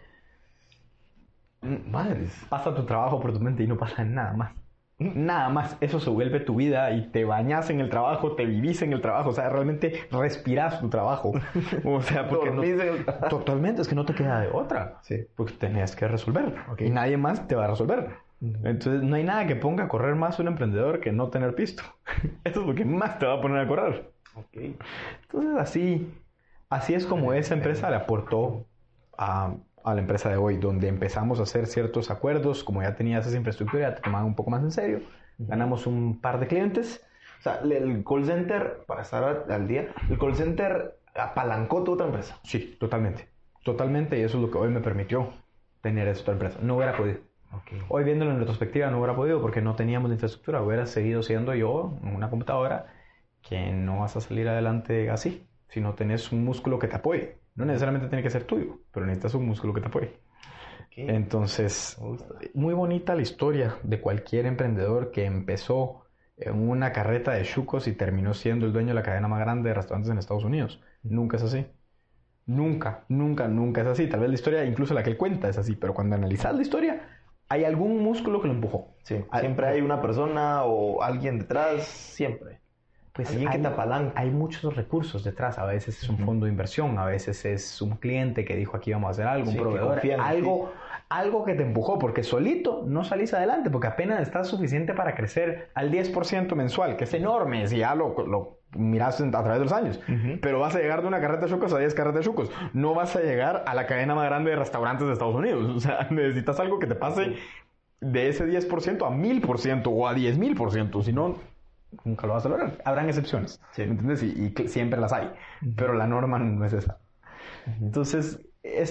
Madres. Pasa tu trabajo por tu mente y no pasa nada más. Nada más. Eso se vuelve tu vida y te bañas en el trabajo, te vivís en el trabajo. O sea, realmente respiras tu trabajo. O sea, porque totalmente, es que no te queda de otra. Sí. Porque tenías que resolver. Y nadie más te va a resolver. Entonces, no hay nada que ponga a correr más un emprendedor que no tener pisto. Eso es lo que más te va a poner a correr. Ok. Entonces, así es como esa empresa le aportó a la empresa de hoy, donde empezamos a hacer ciertos acuerdos. Como ya tenías esa infraestructura, ya te tomaban un poco más en serio. Ganamos un par de clientes. O sea, el call center, para estar al día, el call center apalancó tu otra empresa. Sí, totalmente. Totalmente, y eso es lo que hoy me permitió tener esta otra empresa. No hubiera podido. Okay. Hoy viéndolo en retrospectiva no hubiera podido porque no teníamos la infraestructura. Hubiera seguido siendo yo en una computadora, que no vas a salir adelante así si no tenés un músculo que te apoye. No necesariamente tiene que ser tuyo, pero necesitas un músculo que te apoye. Okay. Entonces, muy bonita la historia de cualquier emprendedor que empezó en una carreta de chucos y terminó siendo el dueño de la cadena más grande de restaurantes en Estados Unidos. Nunca es así. Nunca es así. Tal vez la historia, incluso la que él cuenta, es así, pero cuando analizas la historia, hay algún músculo que lo empujó. Sí, siempre hay una persona o alguien detrás, siempre. Pues alguien que te apalanca. Hay muchos recursos detrás. A veces es un fondo de inversión, a veces es un cliente que dijo aquí vamos a hacer algo, un proveedor, algo que te empujó, porque solito no salís adelante, porque apenas estás suficiente para crecer al 10% mensual, que es enorme si ya lo miras a través de los años. Pero vas a llegar de una carreta de chucos a 10 carretas de chucos. No vas a llegar a la cadena más grande de restaurantes de Estados Unidos. O sea, necesitas algo que te pase de ese 10% a 1000% o a 10,000%. Si no, nunca lo vas a lograr. Habrán excepciones, ¿me entiendes? Y siempre las hay. Pero la norma no es esa. Entonces,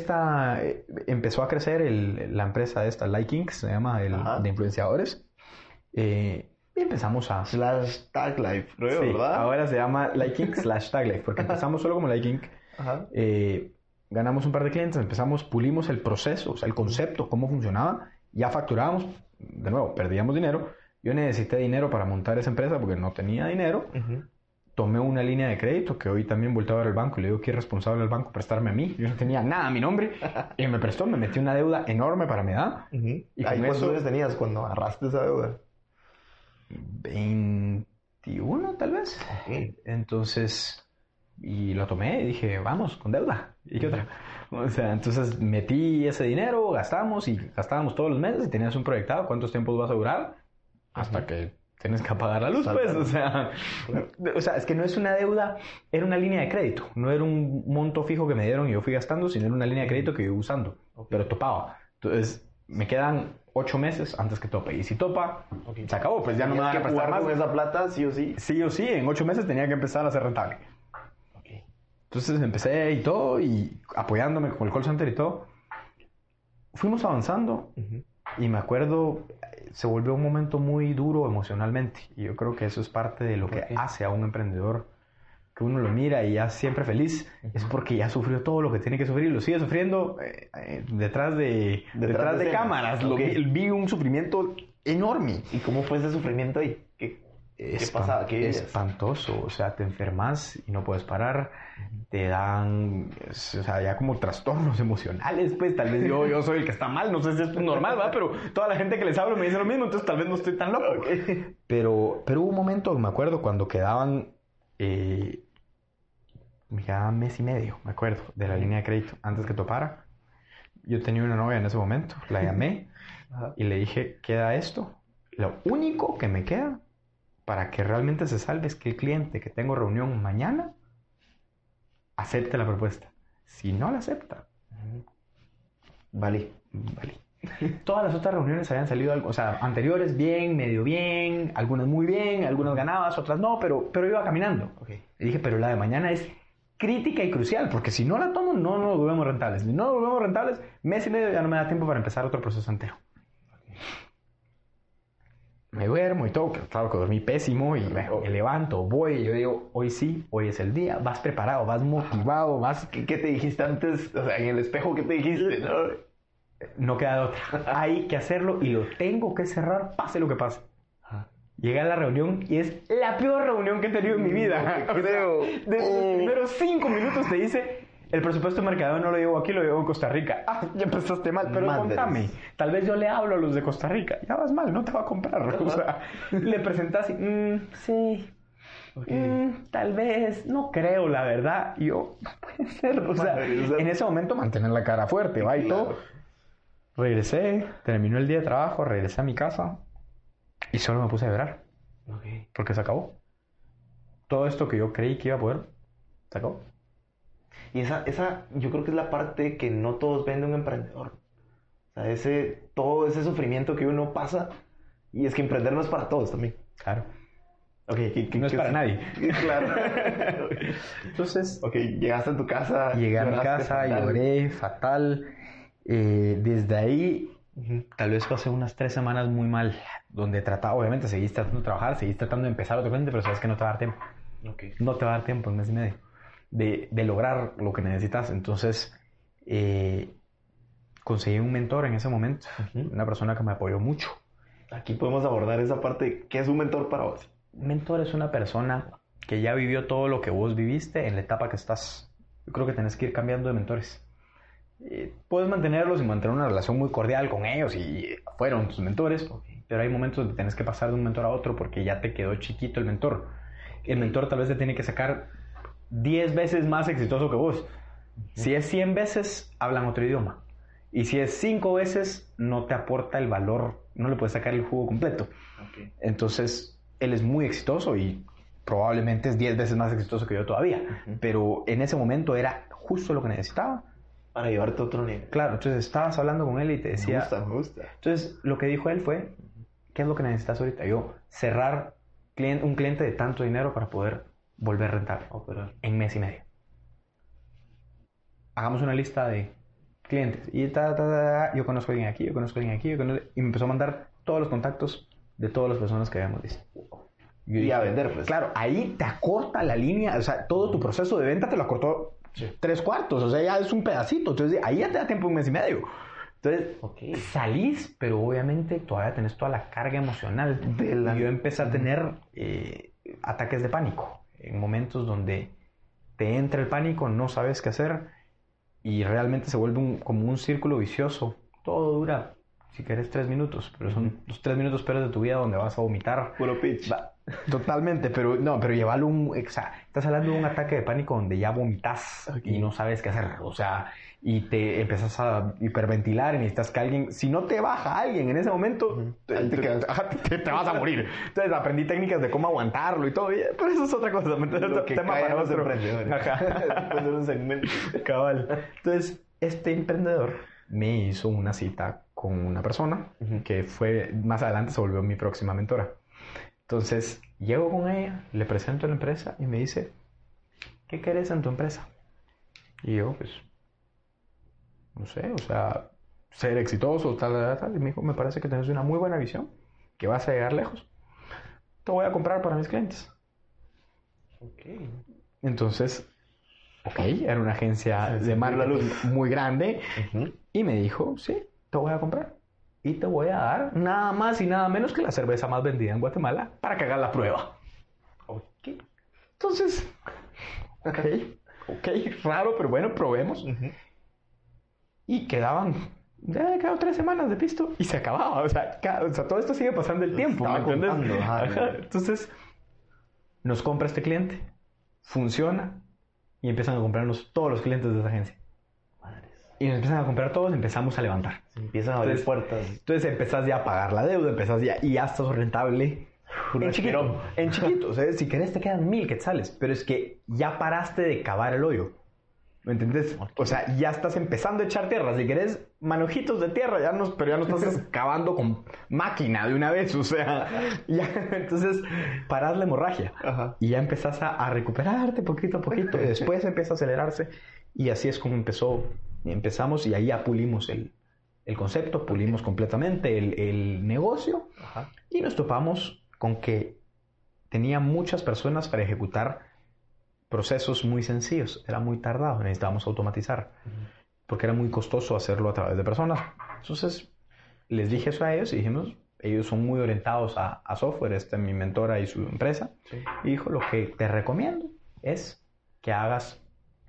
empezó a crecer la empresa esta, Liking, se llama, de influenciadores. Y empezamos a... /TagLife, creo, sí, ¿verdad? Ahora se llama Liking /TagLife, porque empezamos solo como Liking. Ganamos un par de clientes, pulimos el proceso, o sea, el concepto, cómo funcionaba. Ya facturábamos, de nuevo, perdíamos dinero. Yo necesité dinero para montar esa empresa porque no tenía dinero. Tomé una línea de crédito que hoy también volteé a ver al banco y le digo que es responsable del banco prestarme a mí. Yo no tenía nada a mi nombre y me prestó, me metí una deuda enorme para mi edad. ¿Y cuántos años tenías cuando agarraste esa deuda? 21 tal vez. Entonces, y lo tomé y dije, vamos, con deuda. ¿Y qué otra? O sea, entonces metí ese dinero, gastábamos todos los meses y tenías un proyectado, ¿cuántos tiempos vas a durar? Hasta que tienes que apagar la luz, pues, o sea, es que no es una deuda, era una línea de crédito, no era un monto fijo que me dieron y yo fui gastando, sino era una línea de crédito que yo iba usando, pero topaba. Entonces, me quedan 8 meses antes que tope, y si topa, se acabó, pues ya no me van a prestar más. Con esa plata, sí o sí. Sí o sí, en 8 meses tenía que empezar a ser rentable. Entonces empecé y todo, y apoyándome con el call center y todo. Fuimos avanzando, y me acuerdo, se volvió un momento muy duro emocionalmente. Y yo creo que eso es parte de lo que hace a un emprendedor, que uno lo mira y ya siempre feliz. Es porque ya sufrió todo lo que tiene que sufrir y lo sigue sufriendo detrás de cámaras. Vi un sufrimiento enorme. ¿Y cómo fue ese sufrimiento ahí? ¿Qué pasaba? Espantoso. O sea, te enfermas y no puedes parar. Te dan, o sea, ya como trastornos emocionales, pues. Tal vez yo soy el que está mal, no sé si esto es normal, ¿verdad? Pero toda la gente que les hablo me dice lo mismo, entonces tal vez no estoy tan loco. Pero hubo un momento, me acuerdo, cuando quedaban mes y medio, me acuerdo, de la línea de crédito, antes que topara. Yo tenía una novia en ese momento, la llamé y le dije, queda esto. Lo único que me queda para que realmente se salve es que el cliente que tengo reunión mañana acepte la propuesta. Si no la acepta, vale. Todas las otras reuniones habían salido, o sea, anteriores bien, medio bien, algunas muy bien, algunas ganabas, otras no, pero iba caminando. Y dije, pero la de mañana es crítica y crucial, porque si no la tomo, no nos volvemos rentables. Si no nos volvemos rentables, mes y medio ya no me da tiempo para empezar otro proceso entero. Me duermo y todo, claro que dormí pésimo y me levanto, voy y yo digo, hoy sí, hoy es el día, vas preparado, vas motivado, vas... ¿Qué te dijiste antes? O sea, en el espejo, ¿qué te dijiste? No queda de otra. Hay que hacerlo y lo tengo que cerrar, pase lo que pase. Llegué a la reunión y es la peor reunión que he tenido en mi vida. Creo. Desde los primeros 5 minutos te dice... El presupuesto de mercadeo no lo llevo aquí, lo llevo en Costa Rica. Ya empezaste mal, pero contame. Tal vez yo le hablo a los de Costa Rica. Ya vas mal, no te va a comprar. O sea, le presentas y... sí. Tal vez. No creo, la verdad. Y yo, no puede ser. O sea, en ese momento mantener la cara fuerte, ¿va? Y todo. Regresé, terminó el día de trabajo, regresé a mi casa y solo me puse a llorar. Ok. Porque se acabó. Todo esto que yo creí que iba a poder, se acabó. Y esa yo creo que es la parte que no todos ven de un emprendedor. O sea, todo ese sufrimiento que uno pasa. Y es que emprender no es para todos también. Claro. Ok, No es para nadie. Claro. Entonces, Ok, llegaste a tu casa. llegué a mi lloraste casa, fatal. lloré fatal. Desde ahí, Ujú. tal vez pasé unas 3 semanas muy mal, donde trataba, obviamente, seguís tratando de trabajar, seguís tratando de empezar otro cliente, pero sabes que no te va a dar tiempo. Ok. No te va a dar tiempo en mes y medio de lograr lo que necesitas. Entonces, conseguí un mentor en ese momento, Ujú. una persona que me apoyó mucho. Aquí podemos abordar esa parte. ¿Qué es un mentor para vos? Un mentor es una persona que ya vivió todo lo que vos viviste en la etapa que estás. Yo creo que tenés que ir cambiando de mentores. Puedes mantenerlos y mantener una relación muy cordial con ellos y fueron tus mentores, pero hay momentos donde tienes que pasar de un mentor a otro porque ya te quedó chiquito el mentor. El mentor tal vez te tiene que sacar 10 veces más exitoso que vos. Si es 100 veces, hablan otro idioma. Y si es 5 veces, no te aporta el valor, no le puedes sacar el jugo completo. Ok. Entonces, él es muy exitoso y probablemente es 10 veces más exitoso que yo todavía. Ujú. Pero en ese momento era justo lo que necesitaba. Para llevarte a otro nivel. Claro, entonces estabas hablando con él y te decía... Me gusta. Entonces, lo que dijo él fue, ¿qué es lo que necesitas ahorita? Yo, cerrar un cliente de tanto dinero para poder volver rentable Operar. en mes y medio. Hagamos una lista de clientes. Y yo conozco a alguien aquí, yo conozco a alguien aquí, y me empezó a mandar todos los contactos de todas las personas que habíamos visto. Yo Y a vender, pues. Claro, ahí te acorta la línea, o sea, todo tu proceso de venta te lo acortó 3/4, o sea, ya es un pedacito. Entonces, ahí ya te da tiempo un mes y medio. Entonces, Ok. salís, pero obviamente todavía tenés toda la carga emocional. Y yo empecé a tener ataques de pánico. En momentos donde te entra el pánico, no sabes qué hacer y realmente se vuelve como un círculo vicioso. Todo dura, si querés, 3 minutos, pero son los 3 minutos peores de tu vida donde vas a vomitar. Puro pitch. Totalmente, pero llevarlo estás hablando de un ataque de pánico donde ya vomitas y no sabes qué hacer, o sea, y te empiezas a hiperventilar y necesitas que alguien, si no te baja alguien en ese momento, te vas a morir. Entonces aprendí técnicas de cómo aguantarlo y todo, pero eso es otra cosa, Lo que tema cae para a los otro. emprendedores. Ajá. Después de un segmento. Cabal. Entonces, este emprendedor me hizo una cita con una persona que fue, más adelante se volvió mi próxima mentora. Entonces, llego con ella, le presento la empresa y me dice, ¿qué querés en tu empresa? Y yo, pues, no sé, o sea, ser exitoso, tal. Y me dijo, me parece que tienes una muy buena visión, que vas a llegar lejos. Te voy a comprar para mis clientes. Ok. Entonces, era una agencia de marketing muy grande y me dijo, sí, te voy a comprar. Y te voy a dar nada más y nada menos que la cerveza más vendida en Guatemala para que hagas la prueba. Ok. Entonces, ok, raro, pero bueno, probemos. Y quedaban 3 semanas de pisto y se acababa. O sea, todo esto sigue pasando el tiempo, ¿me entiendes? Entonces, nos compra este cliente, funciona y empiezan a comprarnos todos los clientes de esa agencia. Y nos empiezan a comprar todos, empezamos a levantar. Se empiezan a abrir puertas. Entonces empezás ya a pagar la deuda, y ya estás rentable. En chiquito. O sea, si querés te quedan 1,000 quetzales, pero es que ya paraste de cavar el hoyo. ¿Me entiendes? Okay. O sea, ya estás empezando a echar tierra. Si querés manojitos de tierra, pero ya no estás cavando con máquina de una vez. O sea, entonces parás la hemorragia. Ajá. Y ya empezás a recuperarte poquito a poquito. Y después empieza a acelerarse. Y así es como empezamos y ahí ya pulimos el concepto, pulimos completamente el negocio. Ajá. Y nos topamos con que tenía muchas personas para ejecutar procesos muy sencillos. Era muy tardado, necesitábamos automatizar porque era muy costoso hacerlo a través de personas. Entonces les dije eso a ellos y dijimos, ellos son muy orientados a software, mi mentora y su empresa. Sí. Y dijo, lo que te recomiendo es que hagas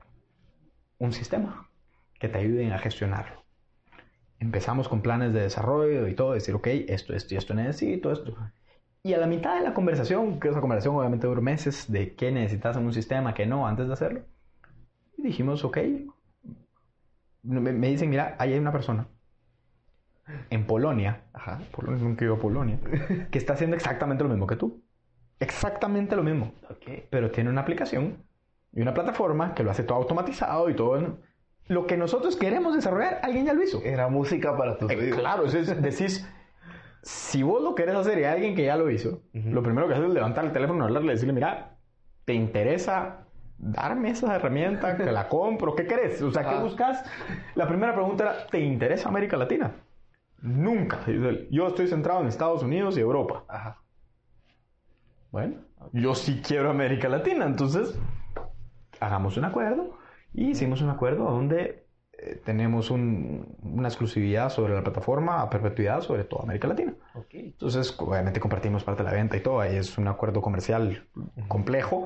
un sistema que te ayuden a gestionarlo. Empezamos con planes de desarrollo y todo, decir, ok, esto y esto necesito, esto. Y a la mitad de la conversación, que esa conversación obviamente duró meses, de qué necesitas en un sistema, qué no, antes de hacerlo. Y dijimos, ok, me dicen, mira, ahí hay una persona en Polonia, Ajá. Polonia, nunca he ido a Polonia, que está haciendo exactamente lo mismo que tú. Exactamente lo mismo. Ok. Pero tiene una aplicación y una plataforma que lo hace todo automatizado y todo. Lo que nosotros queremos desarrollar, alguien ya lo hizo. Era música para tus oídos. Claro, decís, si vos lo querés hacer y hay alguien que ya lo hizo, lo primero que haces es levantar el teléfono, hablarle y decirle, mira, ¿te interesa darme esa herramienta? ¿Que la compro? ¿Qué querés? O sea, ¿qué buscas? La primera pregunta era, ¿te interesa América Latina? Nunca. Yo estoy centrado en Estados Unidos y Europa. Ajá. Bueno, yo sí quiero América Latina, entonces hagamos un acuerdo. Y hicimos un acuerdo donde tenemos una exclusividad sobre la plataforma a perpetuidad sobre toda América Latina. Okay. Entonces, obviamente compartimos parte de la venta y todo. Ahí es un acuerdo comercial complejo.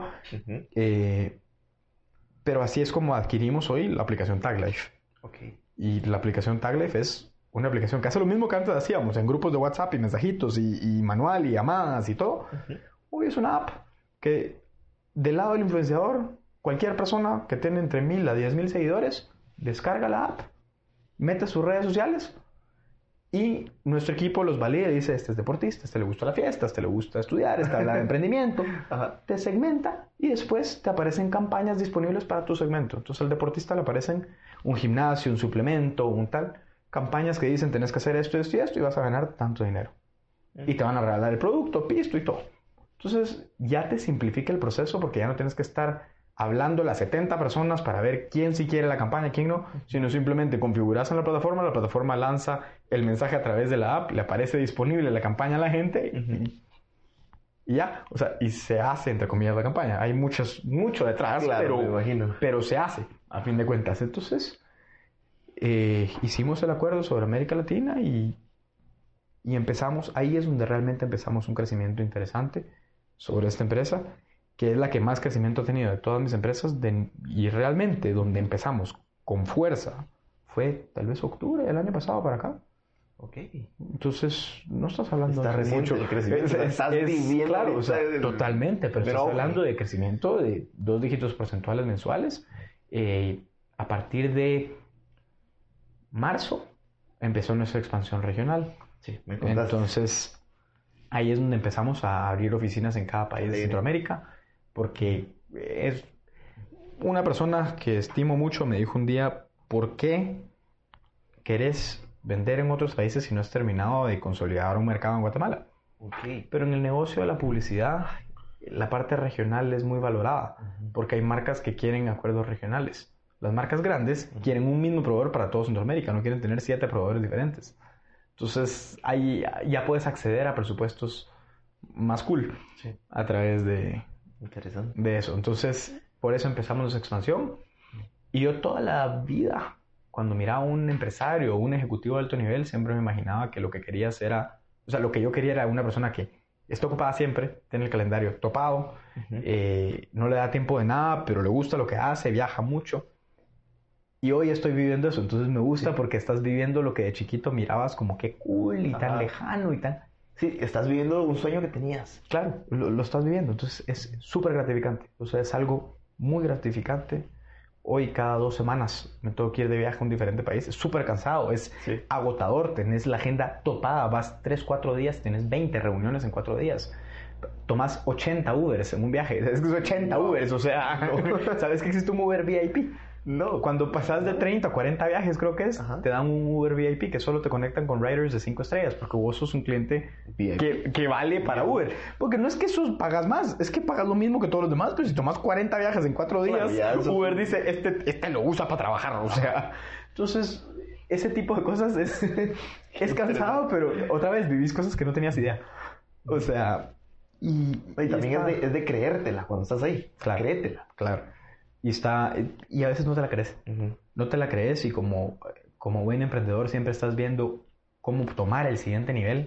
Pero así es como adquirimos hoy la aplicación TagLife. Okay. Y la aplicación TagLife es una aplicación que hace lo mismo que antes hacíamos en grupos de WhatsApp y mensajitos y manual y llamadas y todo. Hoy es una app que del lado del influenciador, cualquier persona que tiene entre 1,000 a 10,000 seguidores, descarga la app, mete sus redes sociales y nuestro equipo los valida y dice, este es deportista, este le gusta la fiesta, este le gusta estudiar, este habla de emprendimiento. Te segmenta y después te aparecen campañas disponibles para tu segmento. Entonces al deportista le aparecen un gimnasio, un suplemento, un tal, campañas que dicen, tenés que hacer esto, esto y esto y vas a ganar tanto dinero. Y te van a regalar el producto, pisto y todo. Entonces ya te simplifica el proceso porque ya no tienes que estar hablando a las 70 personas para ver quién sí quiere la campaña, quién no, sino simplemente configuras en la plataforma lanza el mensaje a través de la app, le aparece disponible la campaña a la gente y ya, o sea, y se hace entre comillas la campaña. Hay mucho detrás, claro, me imagino. pero se hace a fin de cuentas. Entonces hicimos el acuerdo sobre América Latina y empezamos, ahí es donde realmente empezamos un crecimiento interesante sobre esta empresa, que es la que más crecimiento ha tenido de todas mis empresas, y realmente donde empezamos con fuerza fue tal vez octubre del año pasado para acá. Ok. Entonces, no estás hablando Está de mucho el crecimiento. Estás viviendo. Claro, o sea, totalmente, pero estás hablando de crecimiento de 2 dígitos porcentuales mensuales. A partir de marzo empezó nuestra expansión regional. Sí, me contaste. Entonces, ahí es donde empezamos a abrir oficinas en cada país de Centroamérica, porque es una persona que estimo mucho me dijo un día, ¿por qué querés vender en otros países si no has terminado de consolidar un mercado en Guatemala? Okay. Pero en el negocio de la publicidad, la parte regional es muy valorada, porque hay marcas que quieren acuerdos regionales. Las marcas grandes quieren un mismo proveedor para todo Centroamérica, no quieren tener 7 proveedores diferentes. Entonces, ahí ya puedes acceder a presupuestos más cool a través de eso. Entonces, por eso empezamos nuestra expansión. Y yo toda la vida, cuando miraba a un empresario o un ejecutivo de alto nivel, siempre me imaginaba que lo que querías era... O sea, lo que yo quería era una persona que está ocupada siempre, tiene el calendario topado, no le da tiempo de nada, pero le gusta lo que hace, viaja mucho. Y hoy estoy viviendo eso, entonces me gusta porque estás viviendo lo que de chiquito mirabas como que cool y tan lejano y tan... Sí, estás viviendo un sueño que tenías. Claro, lo estás viviendo, entonces es súper gratificante, o sea, es algo muy gratificante. Hoy cada 2 semanas me tengo que ir de viaje a un diferente país, es súper cansado, es agotador, tenés la agenda topada, vas 3-4 días, tenés 20 reuniones en 4 días. Tomás 80 Ubers en un viaje, es que es 80 Ubers, o sea, ¿sabes que existe un Uber VIP? No, cuando pasas de 30 a 40 viajes, creo que es, te dan un Uber VIP que solo te conectan con riders de 5 estrellas, porque vos sos un cliente que vale para Uber. Porque no es que pagas más, es que pagas lo mismo que todos los demás, pero si tomas 40 viajes en 4 días, Uber dice, este lo usa para trabajar, o sea. Entonces, ese tipo de cosas es cansado, pero otra vez vivís cosas que no tenías idea. O sea, y también es de creértela cuando estás ahí. Claro, créetela. Claro. Y a veces no te la crees. No te la crees y como buen emprendedor siempre estás viendo cómo tomar el siguiente nivel.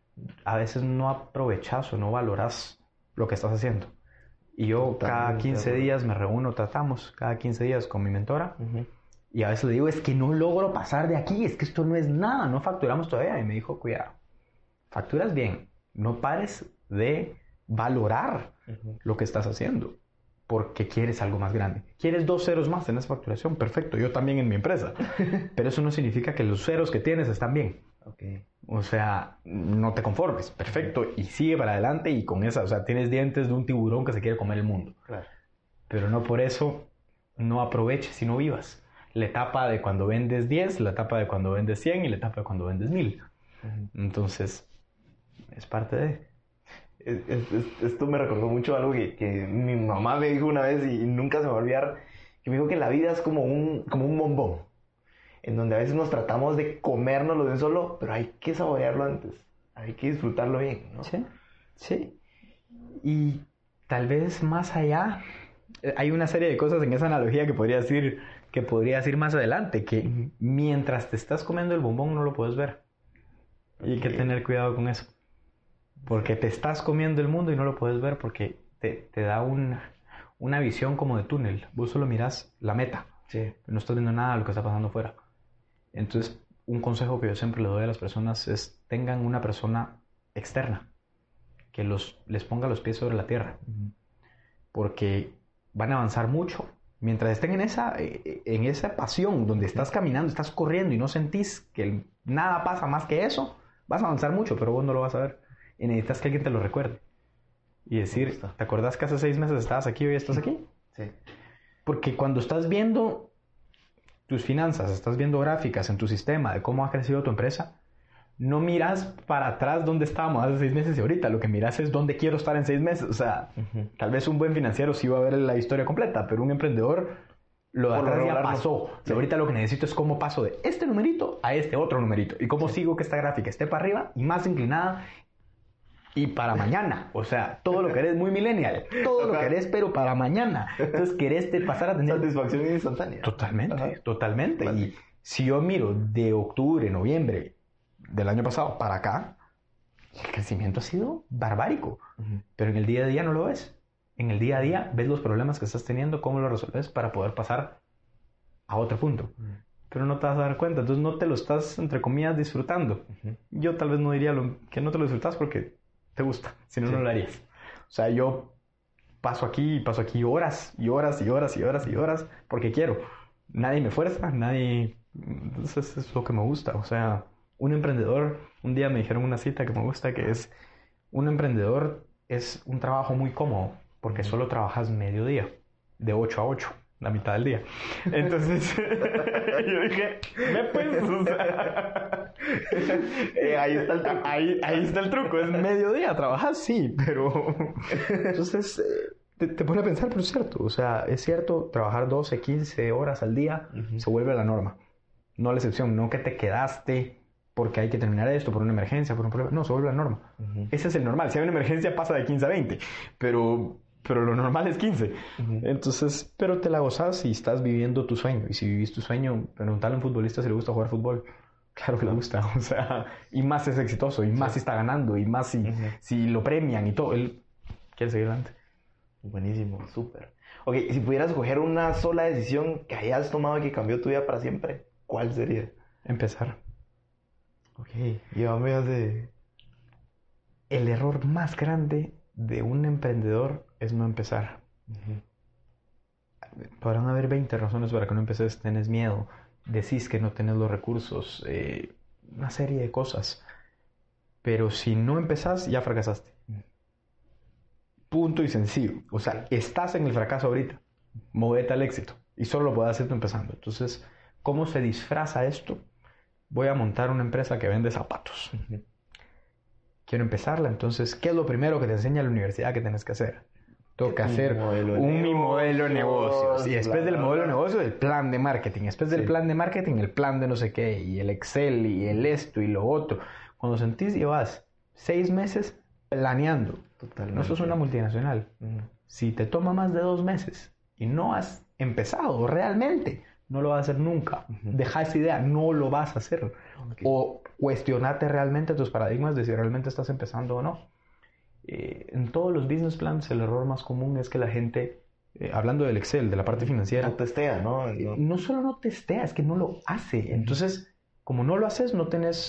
A veces no aprovechas o no valoras lo que estás haciendo. Y yo cada 15 días me reúno, tratamos cada 15 días con mi mentora. Y a veces le digo, es que no logro pasar de aquí, es que esto no es nada, no facturamos todavía. Y me dijo, cuidado, facturas bien, no pares de valorar lo que estás haciendo. Porque quieres algo más grande. Quieres 2 ceros más en esa facturación, perfecto, yo también en mi empresa. Pero eso no significa que los ceros que tienes están bien. Okay. O sea, no te conformes, perfecto, y sigue para adelante y con esa, o sea, tienes dientes de un tiburón que se quiere comer el mundo. Claro. Pero no por eso no aproveches y no vivas. La etapa de cuando vendes 10, la etapa de cuando vendes 100 y la etapa de cuando vendes 1000. Entonces, es parte de... Esto me recordó mucho algo que mi mamá me dijo una vez y nunca se me va a olvidar, que me dijo que la vida es como un bombón, en donde a veces nos tratamos de comérnoslo de un solo, pero hay que saborearlo antes, hay que disfrutarlo bien, ¿no? Sí, sí. Y tal vez más allá, hay una serie de cosas en esa analogía que podría decir más adelante, que mientras te estás comiendo el bombón no lo puedes ver. Y hay que tener cuidado con eso. Porque te estás comiendo el mundo y no lo puedes ver porque te da una visión como de túnel. Vos solo mirás la meta. Sí. No estás viendo nada de lo que está pasando afuera. Entonces, un consejo que yo siempre le doy a las personas es tengan una persona externa que les ponga los pies sobre la tierra. Porque van a avanzar mucho. Mientras estén en esa pasión donde estás caminando, estás corriendo y no sentís que nada pasa más que eso, vas a avanzar mucho, pero vos no lo vas a ver. Y necesitas que alguien te lo recuerde. Y decir, ¿te acordás que hace 6 meses estabas aquí y hoy estás aquí? Sí. Porque cuando estás viendo tus finanzas, estás viendo gráficas en tu sistema de cómo ha crecido tu empresa, no miras para atrás dónde estábamos hace 6 meses y ahorita. Lo que miras es dónde quiero estar en 6 meses. O sea, tal vez un buen financiero sí va a ver la historia completa, pero un emprendedor, lo de atrás ya pasó. Sí. Ahorita lo que necesito es cómo paso de este numerito a este otro numerito. Y cómo sigo que esta gráfica esté para arriba y más inclinada y para mañana. O sea, todo lo querés muy millennial. Todo lo querés, pero para mañana. Entonces querés pasar a tener... satisfacción instantánea. Totalmente, totalmente. Vale. Y si yo miro de octubre, noviembre del año pasado para acá, el crecimiento ha sido barbárico. Pero en el día a día no lo ves. En el día a día ves los problemas que estás teniendo, cómo los resuelves para poder pasar a otro punto. Pero no te vas a dar cuenta. Entonces no te lo estás, entre comillas, disfrutando. Yo tal vez no diría que no te lo disfrutas porque te gusta, si no, no lo harías. O sea, yo paso aquí horas y horas y horas y horas y horas porque quiero. Nadie me fuerza, nadie... Entonces es lo que me gusta. O sea, un emprendedor, un día me dijeron una cita que me gusta, que es, un emprendedor es un trabajo muy cómodo porque solo trabajas mediodía, de 8 a 8. La mitad del día. Entonces, yo dije, o sea, ahí está el truco. Ahí está el truco. Es mediodía, trabajas, sí, pero... Entonces, te pone a pensar, pero es cierto. O sea, es cierto, trabajar 12, 15 horas al día se vuelve la norma. No la excepción. No que te quedaste porque hay que terminar esto por una emergencia, por un problema. No, se vuelve la norma. Ese es el normal. Si hay una emergencia, pasa de 15 a 20. Pero lo normal es 15. Entonces, pero te la gozas y estás viviendo tu sueño. Y si vivís tu sueño, preguntarle a un futbolista si le gusta jugar fútbol. Claro que le gusta. O sea, y más si es exitoso, y más si está ganando, y más si lo premian y todo. Él quiere seguir adelante. Buenísimo, súper. Ok, si pudieras escoger una sola decisión que hayas tomado y que cambió tu vida para siempre, ¿cuál sería? Empezar. Ok, llévame hace... El error más grande de un emprendedor es no empezar. Podrán haber 20 razones para que no empeces. Tenés miedo, decís que no tenés los recursos, una serie de cosas. Pero si no empezás, ya fracasaste. Punto y sencillo. O sea, estás en el fracaso ahorita. Movete al éxito. Y solo lo puedes hacer tú empezando. Entonces, ¿cómo se disfraza esto? Voy a montar una empresa que vende zapatos. Quiero empezarla, entonces, ¿qué es lo primero que te enseña la universidad que tienes que hacer? Tengo que hacer mi modelo de negocios. Y después del modelo de negocio, el plan de marketing. Después del plan de marketing, el plan de no sé qué. Y el Excel, y el esto, y lo otro. Cuando sentís, llevas 6 meses planeando. Totalmente. No sos una multinacional. Si te toma más de 2 meses y no has empezado realmente, no lo vas a hacer nunca. Deja esa idea, no lo vas a hacer. O cuestionate realmente tus paradigmas de si realmente estás empezando o no. En todos los business plans, el error más común es que la gente, hablando del Excel, de la parte financiera, no testea, ¿no? No solo no testea, es que no lo hace. Entonces, como no lo haces, no tenés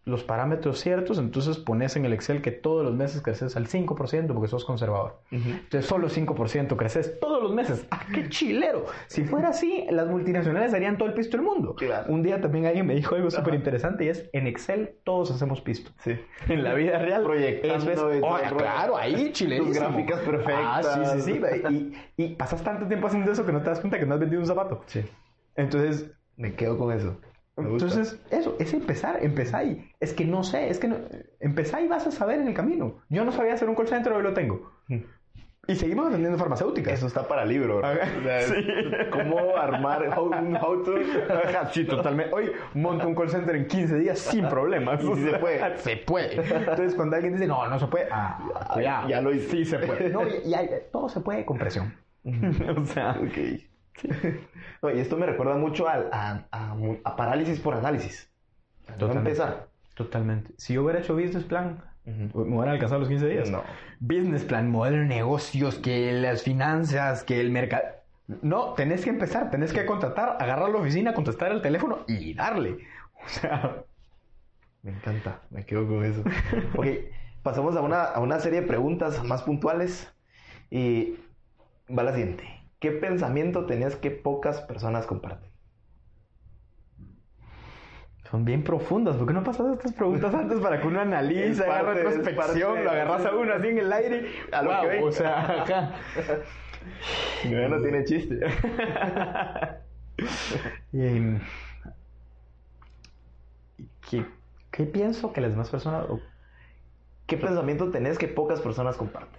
los parámetros ciertos, entonces pones en el Excel que todos los meses creces al 5% porque sos conservador. Entonces solo 5% creces todos los meses. ¡Ah, qué chilero! Si fuera así, las multinacionales harían todo el pisto del mundo. Claro. Un día también alguien me dijo algo súper interesante y es, en Excel todos hacemos pisto. Sí. En la vida real. Proyectando eso es, y todo claro, ahí chilerísimo. Tus gráficas perfectas. Sí. Y pasas tanto tiempo haciendo eso que no te das cuenta que no has vendido un zapato. Sí. Entonces... Me quedo con eso. Entonces, eso, es empezar ahí. Empezá y vas a saber en el camino. Yo no sabía hacer un call center, hoy lo tengo. Y seguimos vendiendo farmacéuticas. Eso está para libro, ¿no? O sea, Sí. ¿Cómo armar un how to? Sí, totalmente. Hoy monto un call center en 15 días sin problemas. Y si se puede. Se puede. Entonces, cuando alguien dice, no se puede, cuidado. Ya lo hice. Sí se puede. No, todo se puede con presión. O sea... Ok. Sí. No, y esto me recuerda mucho a parálisis por análisis. No empezar. Totalmente. Si yo hubiera hecho business plan, me hubieran alcanzado los 15 días. No. Business plan, modelo de negocios, que las finanzas, que el mercado... No, tenés que empezar, tenés que contratar, agarrar la oficina, contestar el teléfono y darle. O sea... Me encanta, me quedo con eso. Ok, pasamos a una serie de preguntas más puntuales. Y va la siguiente. ¿Qué pensamiento tenías que pocas personas comparten? Son bien profundas. ¿Por qué no pasas estas preguntas antes para que uno analice, haga retrospección, lo agarras a uno así en el aire? A lo que O sea, acá. No tiene chiste. ¿Qué pienso que las demás personas... ¿Qué pensamiento tenés que pocas personas comparten?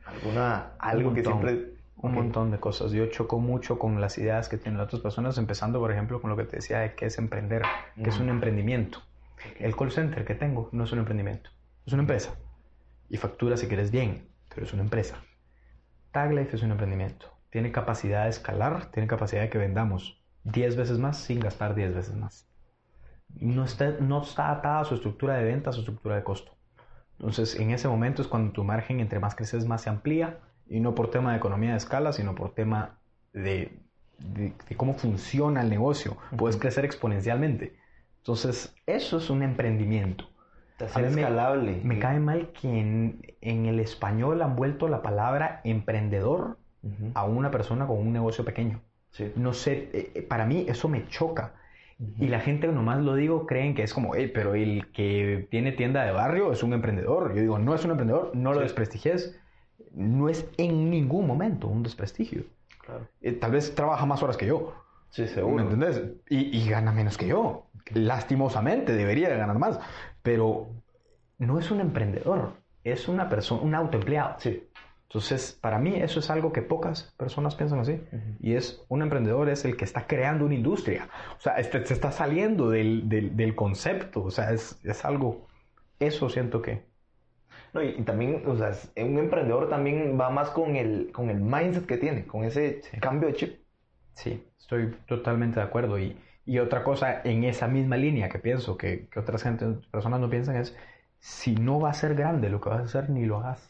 Algo que siempre... Un montón de cosas. Yo choco mucho con las ideas que tienen otras personas, empezando, por ejemplo, con lo que te decía de qué es emprender, que es un emprendimiento. El call center que tengo no es un emprendimiento, es una empresa. Y factura si quieres bien, pero es una empresa. Taglife es un emprendimiento. Tiene capacidad de escalar, tiene capacidad de que vendamos 10 veces más sin gastar 10 veces más. No está atada a su estructura de ventas, a su estructura de costo. Entonces, en ese momento es cuando tu margen, entre más creces, más se amplía. Y no por tema de economía de escala, sino por tema de cómo funciona el negocio. Puedes crecer exponencialmente. Entonces, eso es un emprendimiento. Ser escalable. Me cae mal que en el español han vuelto la palabra emprendedor a una persona con un negocio pequeño. Sí. No sé, para mí eso me choca. Y la gente, nomás lo digo, creen que es como, pero el que tiene tienda de barrio es un emprendedor. Yo digo, no es un emprendedor, no lo desprestigies. No es en ningún momento un desprestigio. Claro. Tal vez trabaja más horas que yo. Sí, seguro. ¿Me entendés? Y gana menos que yo. Lastimosamente, debería de ganar más. Pero no es un emprendedor. Es una persona, un autoempleado. Sí. Entonces, para mí eso es algo que pocas personas piensan así. Y un emprendedor es el que está creando una industria. O sea, se está saliendo del concepto. O sea, es algo... Eso siento que... No, y también, o sea, un emprendedor también va más con el mindset que tiene, con ese cambio de chip. Sí, estoy totalmente de acuerdo. Y otra cosa en esa misma línea que pienso que otras personas no piensan es, si no va a ser grande lo que vas a hacer, ni lo hagas.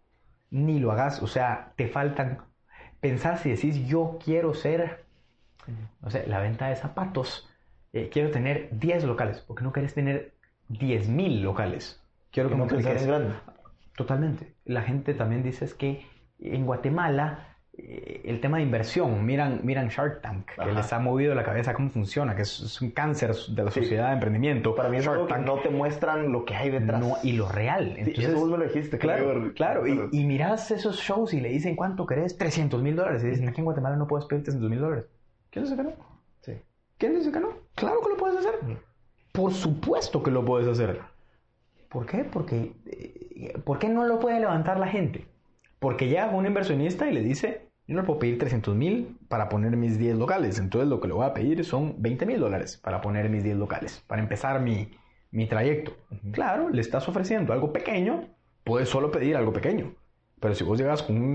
Ni lo hagas. O sea, te faltan... Pensar si decís, yo quiero ser, no sé, la venta de zapatos. Quiero tener 10 locales. ¿Por qué no querés tener 10,000 locales? Quiero que no pensar en grande. Totalmente. La gente también dice es que en Guatemala el tema de inversión, miran Shark Tank, que les ha movido la cabeza cómo funciona, que es un cáncer de la sociedad de emprendimiento. Para mí es Shark algo que no te muestran lo que hay detrás. No, y lo real. Entonces, eso vos me lo dijiste. Claro. Y miras esos shows y le dicen, ¿cuánto querés? $300,000. Y dicen, aquí en Guatemala no puedes pedir $300,000. ¿Quién dice que no? Sí. ¿Quién dice que no? Claro que lo puedes hacer. Por supuesto que lo puedes hacer. ¿Por qué? Porque ¿por qué no lo puede levantar la gente? Porque llega un inversionista y le dice, yo no le puedo pedir $300,000 para poner mis 10 locales. Entonces lo que le voy a pedir son $20,000 para poner mis 10 locales, para empezar mi trayecto. Claro, le estás ofreciendo algo pequeño, puedes solo pedir algo pequeño. Pero si vos llegas con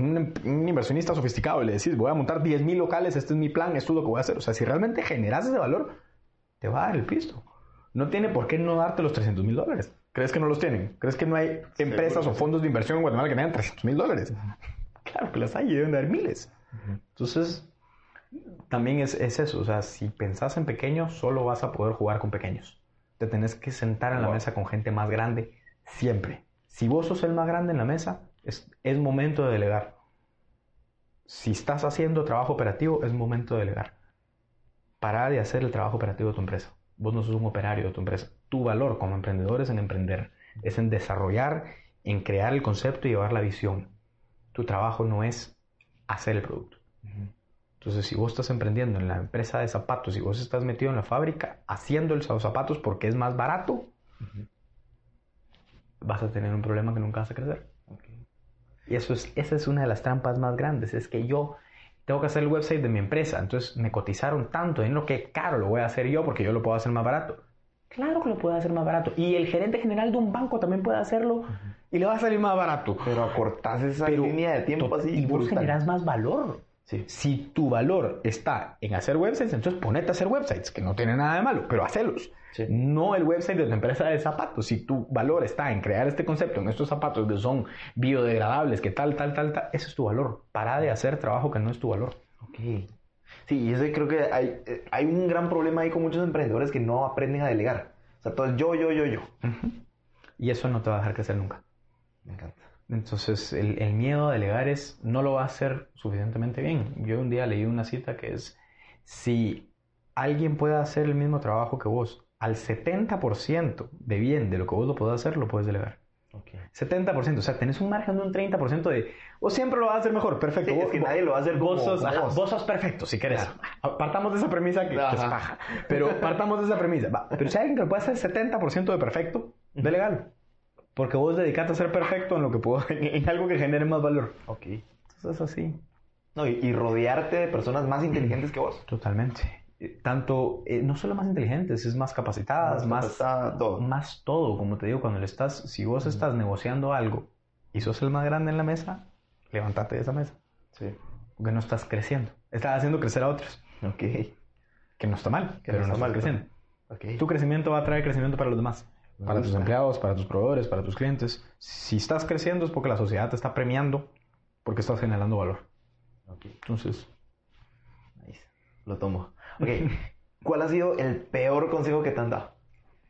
un inversionista sofisticado y le decís, voy a montar 10,000 locales, este es mi plan, esto es lo que voy a hacer. O sea, si realmente generas ese valor, te va a dar el pisto. No tiene por qué no darte los $300,000. ¿Crees que no los tienen? ¿Crees que no hay empresas o fondos de inversión en Guatemala que tengan $300,000? Claro que las hay y deben de haber miles. Entonces, también es eso. O sea, si pensás en pequeños, solo vas a poder jugar con pequeños. Te tenés que sentar en la mesa con gente más grande siempre. Si vos sos el más grande en la mesa, es momento de delegar. Si estás haciendo trabajo operativo, es momento de delegar. Para de hacer el trabajo operativo de tu empresa. Vos no sos un operario de tu empresa. Tu valor como emprendedor es en emprender, es en desarrollar, en crear el concepto y llevar la visión. Tu trabajo no es hacer el producto. Entonces, si vos estás emprendiendo en la empresa de zapatos, si vos estás metido en la fábrica haciendo los zapatos porque es más barato, vas a tener un problema que nunca vas a crecer. Y esa es una de las trampas más grandes. Es que yo tengo que hacer el website de mi empresa, entonces me cotizaron tanto, en lo que caro lo voy a hacer yo porque yo lo puedo hacer más barato. Claro que lo puedo hacer más barato. Y el gerente general de un banco también puede hacerlo y le va a salir más barato. Pero acortás esa línea de tiempo así. Y vos generas más valor. Sí. Si tu valor está en hacer websites, entonces ponete a hacer websites, que no tiene nada de malo, pero hacelos. Sí. No el website de tu empresa de zapatos. Si tu valor está en crear este concepto, en estos zapatos que son biodegradables, que tal, ese es tu valor. Para de hacer trabajo que no es tu valor. Sí, y ese creo que hay un gran problema ahí con muchos emprendedores que no aprenden a delegar. O sea, todo es yo. Y eso no te va a dejar crecer nunca. Me encanta. Entonces, el miedo a delegar no lo va a hacer suficientemente bien. Yo un día leí una cita que es, si alguien puede hacer el mismo trabajo que vos, al 70% de bien de lo que vos lo podés hacer, lo puedes delegar. 70%, o sea, tenés un margen de un 30% de, vos siempre lo vas a hacer mejor, perfecto. Sí, es que nadie lo va a hacer como vos sos perfecto, si querés. Partamos de esa premisa que es paja, pero partamos de esa premisa. Pero si alguien que lo puede hacer 70% de perfecto, delegalo. Porque vos dedicate a ser perfecto en algo que genere más valor. Entonces es así. No, y rodearte de personas más inteligentes que vos. Totalmente. Tanto, no solo más inteligentes, es más capacitadas, más todo. Como te digo, si vos estás negociando algo y sos el más grande en la mesa, levántate de esa mesa. Sí. Porque no estás creciendo. Estás haciendo crecer a otros. Que no está mal, pero no estás creciendo. Tu crecimiento va a traer crecimiento para los demás. Para tus empleados, para tus proveedores, para tus clientes. Si estás creciendo es porque la sociedad te está premiando porque estás generando valor. Entonces, nice. Lo tomo. ¿Cuál ha sido el peor consejo que te han dado?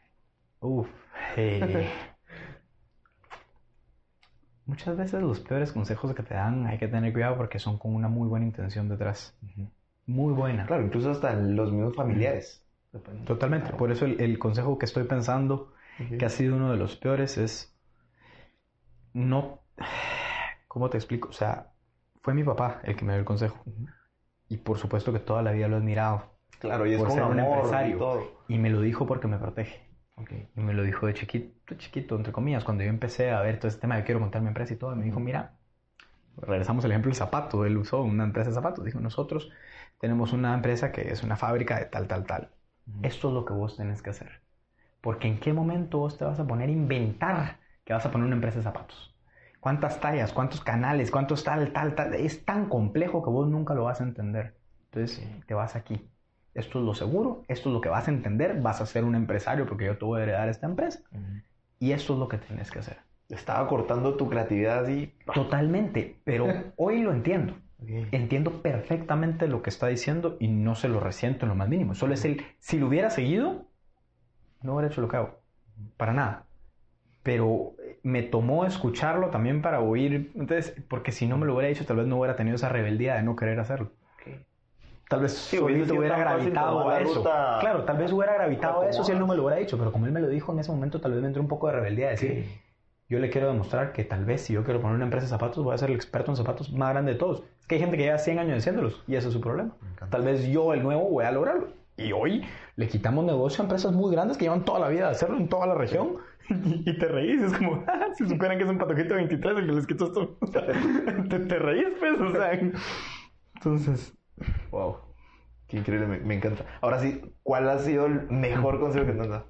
Muchas veces los peores consejos que te dan hay que tener cuidado porque son con una muy buena intención detrás. Muy buena. Claro, incluso hasta los mismos familiares. Totalmente. Por eso el consejo que estoy pensando que ha sido uno de los peores es no... ¿Cómo te explico? O sea, fue mi papá el que me dio el consejo. Y por supuesto que toda la vida lo he admirado. Claro, y es por como ser un empresario. Y todo. Y me lo dijo porque me protege. Y me lo dijo de chiquito, entre comillas, cuando yo empecé a ver todo este tema de quiero montar mi empresa y todo. Y me dijo, mira, regresamos al ejemplo del zapato. Él usó una empresa de zapatos. Dijo, nosotros tenemos una empresa que es una fábrica de tal. Esto es lo que vos tenés que hacer. Porque ¿en qué momento vos te vas a poner a inventar que vas a poner una empresa de zapatos? ¿Cuántas tallas? ¿Cuántos canales? ¿Cuántos tal? Es tan complejo que vos nunca lo vas a entender. Entonces, te vas aquí. Esto es lo seguro, esto es lo que vas a entender, vas a ser un empresario porque yo te voy a heredar esta empresa. Y esto es lo que tienes que hacer. Estaba cortando tu creatividad así. Totalmente, pero hoy lo entiendo. Entiendo perfectamente lo que está diciendo y no se lo resiento en lo más mínimo. Solo es si lo hubiera seguido, no hubiera hecho lo que hago. Para nada. Pero me tomó escucharlo también para oír. Entonces, porque si no me lo hubiera dicho, tal vez no hubiera tenido esa rebeldía de no querer hacerlo. Tal vez solito hubiera gravitado a eso. Claro, tal vez hubiera gravitado a eso si él no me lo hubiera dicho. Pero como él me lo dijo en ese momento, tal vez me entró un poco de rebeldía de decir... Yo le quiero demostrar que tal vez si yo quiero poner una empresa de zapatos, voy a ser el experto en zapatos más grande de todos. Es que hay gente que lleva 100 años haciéndolos y ese es su problema. Tal vez yo, el nuevo, voy a lograrlo. Y hoy le quitamos negocio a empresas muy grandes que llevan toda la vida de hacerlo en toda la región. Y te reís, es como, si supieran que es un patojito de 23 el que les quito esto. te reís, pues, o sea. Entonces, wow. Qué increíble, me encanta. Ahora sí, ¿cuál ha sido el mejor consejo que te han dado?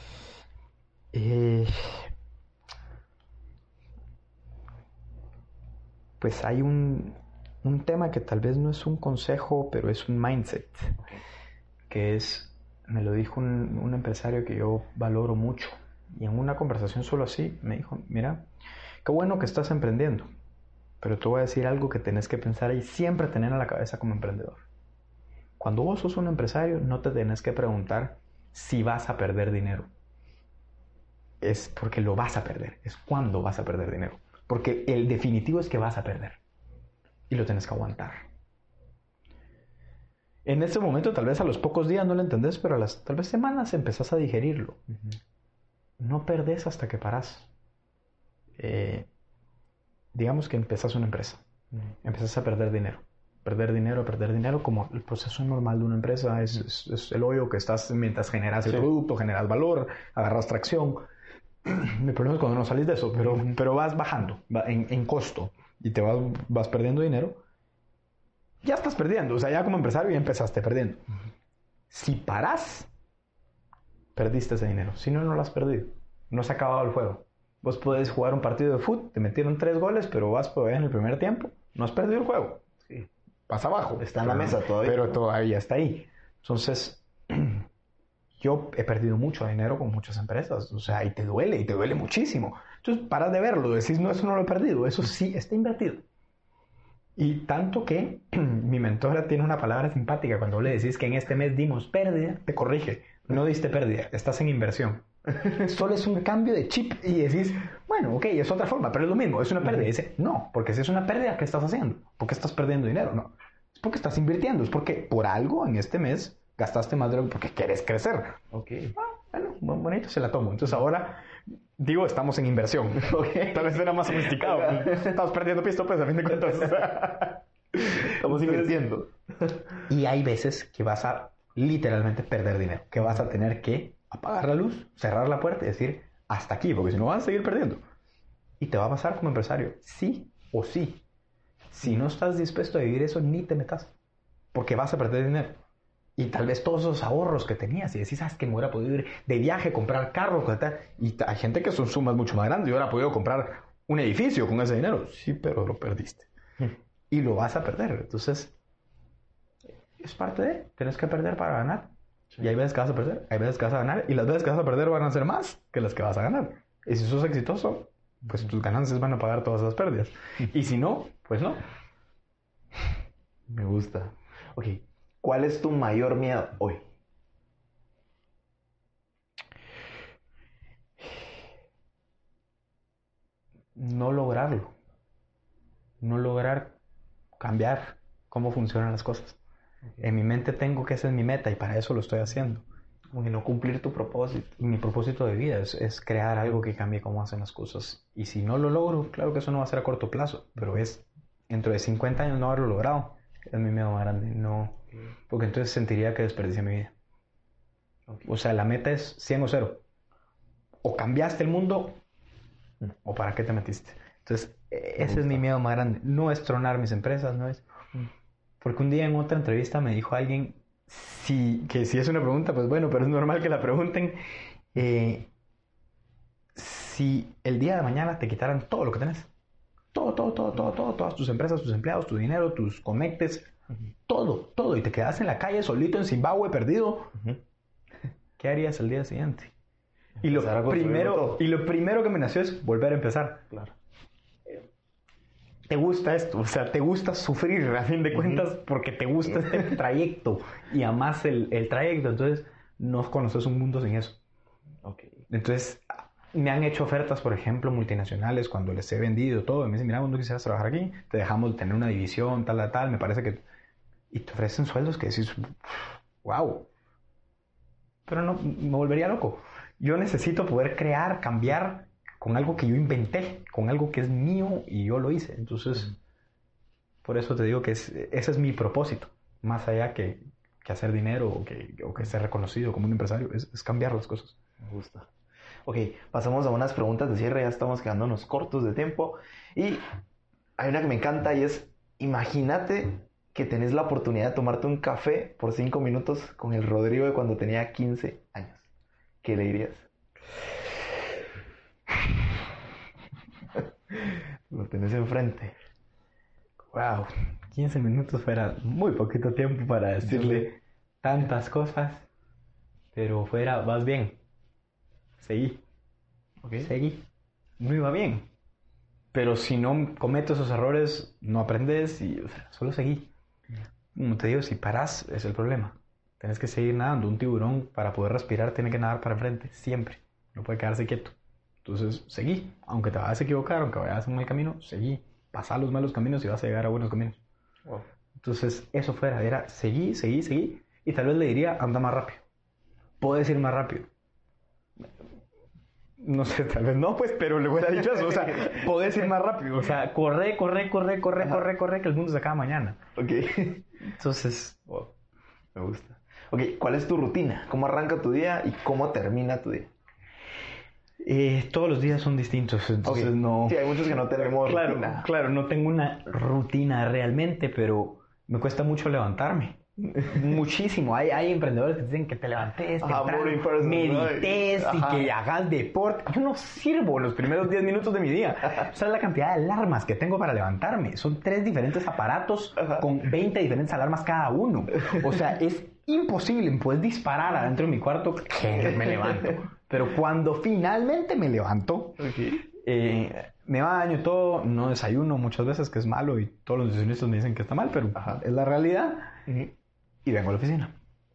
Pues hay un tema que tal vez no es un consejo, pero es un mindset. Que es, me lo dijo un empresario que yo valoro mucho. Y en una conversación solo así, me dijo, mira, qué bueno que estás emprendiendo. Pero te voy a decir algo que tenés que pensar y siempre tener en la cabeza como emprendedor. Cuando vos sos un empresario, no te tenés que preguntar si vas a perder dinero. es porque lo vas a perder. Es cuando vas a perder dinero. Porque el definitivo es que vas a perder. Y lo tienes que aguantar. En este momento, tal vez a los pocos días no lo entendés, pero a las tal vez semanas empezás a digerirlo. No perdés hasta que parás. Digamos que empezás una empresa. Empezás a perder dinero. Perder dinero, como el proceso normal de una empresa. Es el hoyo que estás mientras generas el producto, generas valor, agarras tracción. Mi problema es cuando no salís de eso, pero vas bajando en costo y te vas perdiendo dinero. Ya estás perdiendo, o sea, ya como empresario ya empezaste perdiendo. Si parás, perdiste ese dinero. Si no, no lo has perdido. No se ha acabado el juego. Vos podés jugar un partido de fútbol, te metieron 3 goles, pero vas por ahí en el primer tiempo. No has perdido el juego. Sí. Vas abajo. Está en la mesa todavía. Pero todavía está ahí. Entonces, yo he perdido mucho dinero con muchas empresas. O sea, y te duele muchísimo. Entonces, paras de verlo, decís, no, eso no lo he perdido. Eso sí está invertido. Y tanto que mi mentora tiene una palabra simpática. Cuando le decís que en este mes dimos pérdida, te corrige. No diste pérdida, estás en inversión. Solo es un cambio de chip y decís, bueno, ok, es otra forma, pero es lo mismo, es una pérdida. Y dice, no, porque si es una pérdida, ¿qué estás haciendo? ¿Por qué estás perdiendo dinero? No, es porque estás invirtiendo, es porque por algo en este mes gastaste más dinero porque quieres crecer. Ok. Bueno, bonito, se la tomo. Entonces ahora, digo, estamos en inversión. Okay. Tal vez era más sofisticado. Estamos perdiendo pisto, pues, a fin de cuentas. Estamos invirtiendo. Y hay veces que vas a literalmente perder dinero, que vas a tener que apagar la luz, cerrar la puerta y decir, hasta aquí, porque si no vas a seguir perdiendo. Y te va a pasar como empresario, sí o sí. Si no estás dispuesto a vivir eso, ni te metas, porque vas a perder dinero. Y tal vez todos esos ahorros que tenías, y decís, ¿sabes que me hubiera podido ir de viaje, comprar carro? Y hay gente que son sumas mucho más grandes. Yo hubiera podido comprar un edificio con ese dinero. Sí, pero lo perdiste. Y lo vas a perder. Entonces, es parte de, tienes que perder para ganar. Sí. Y hay veces que vas a perder, hay veces que vas a ganar, y las veces que vas a perder van a ser más que las que vas a ganar. Y si sos exitoso, pues tus ganancias van a pagar todas esas pérdidas. Y si no, pues no. Me gusta. Ok, ¿cuál es tu mayor miedo hoy? No lograrlo. No lograr cambiar cómo funcionan las cosas. Okay. En mi mente tengo que esa es mi meta y para eso lo estoy haciendo. Como que no cumplir tu propósito. Y mi propósito de vida es crear algo que cambie cómo hacen las cosas. Y si no lo logro, claro que eso no va a ser a corto plazo, pero es dentro de 50 años no haberlo logrado. Es mi miedo más grande. No, porque entonces sentiría que desperdicié mi vida. Okay. O sea, la meta es 100 o 0. O cambiaste el mundo o para qué te metiste. Entonces, ese es mi miedo más grande. No es tronar mis empresas, no es... Porque un día en otra entrevista me dijo alguien, que si es una pregunta, pues bueno, pero es normal que la pregunten. Si el día de mañana te quitaran todo lo que tenés, todo, todas tus empresas, tus empleados, tu dinero, tus conectes, todo, y te quedas en la calle solito en Zimbabue, perdido, ¿qué harías el día siguiente? Y lo primero que me nació es volver a empezar. Claro. Te gusta esto, o sea, te gusta sufrir a fin de cuentas porque te gusta este trayecto y amás el trayecto, entonces no conoces un mundo sin eso. Okay. Entonces me han hecho ofertas, por ejemplo, multinacionales cuando les he vendido todo, y me dicen, mira, ¿no quisieras trabajar aquí? Te dejamos tener una división, tal, me parece que... Y te ofrecen sueldos que decís, wow, pero no, me volvería loco. Yo necesito poder crear, cambiar con algo que yo inventé, con algo que es mío y yo lo hice. Entonces, por eso te digo que ese es mi propósito, más allá que hacer dinero o que ser reconocido como un empresario, es cambiar las cosas. Me gusta. Ok, pasamos a unas preguntas de cierre, ya estamos quedándonos cortos de tiempo. Y hay una que me encanta y es, imagínate que tenés la oportunidad de tomarte un café por 5 minutos con el Rodrigo de cuando tenía 15 años. ¿Qué le dirías? Lo tenés enfrente. Wow, 15 minutos fuera muy poquito tiempo para decirle tantas cosas, pero fuera, vas bien. Seguí. Okay. Seguí. No iba bien. Pero si no cometo esos errores, no aprendes y solo seguí. Como te digo, si parás, es el problema. Tienes que seguir nadando. Un tiburón, para poder respirar, tiene que nadar para enfrente, siempre. No puede quedarse quieto. Entonces, seguí. Aunque te vayas a equivocar, aunque vayas a un mal camino, seguí. Pasá los malos caminos y vas a llegar a buenos caminos. Wow. Entonces, eso era seguí. Y tal vez le diría, anda más rápido. Puedes ir más rápido. No sé, tal vez no, pues, pero le hubiera dicho eso. O sea, podés ir más rápido. O sea, corre, que el mundo se acaba mañana. Ok. Entonces, Wow. Me gusta. Ok, ¿cuál es tu rutina? ¿Cómo arranca tu día y cómo termina tu día? todos los días son distintos. Entonces, Ok. no. Sí, hay muchos que no tenemos rutina. Claro, no tengo una rutina realmente, pero me cuesta mucho levantarme. Muchísimo. Hay emprendedores que dicen que te levantes, Ajá, morning person, medites right? y Ajá. que hagas deporte. Yo no sirvo los primeros 10 minutos de mi día. Esa es la cantidad de alarmas que tengo para levantarme. Son 3 diferentes aparatos con 20 diferentes alarmas cada uno. O sea, es imposible. Puedes disparar adentro de mi cuarto que me levanto. Pero cuando finalmente me levanto, me baño todo, no desayuno muchas veces, que es malo, y todos los nutricionistas me dicen que está mal, pero es la realidad. Y vengo a la oficina.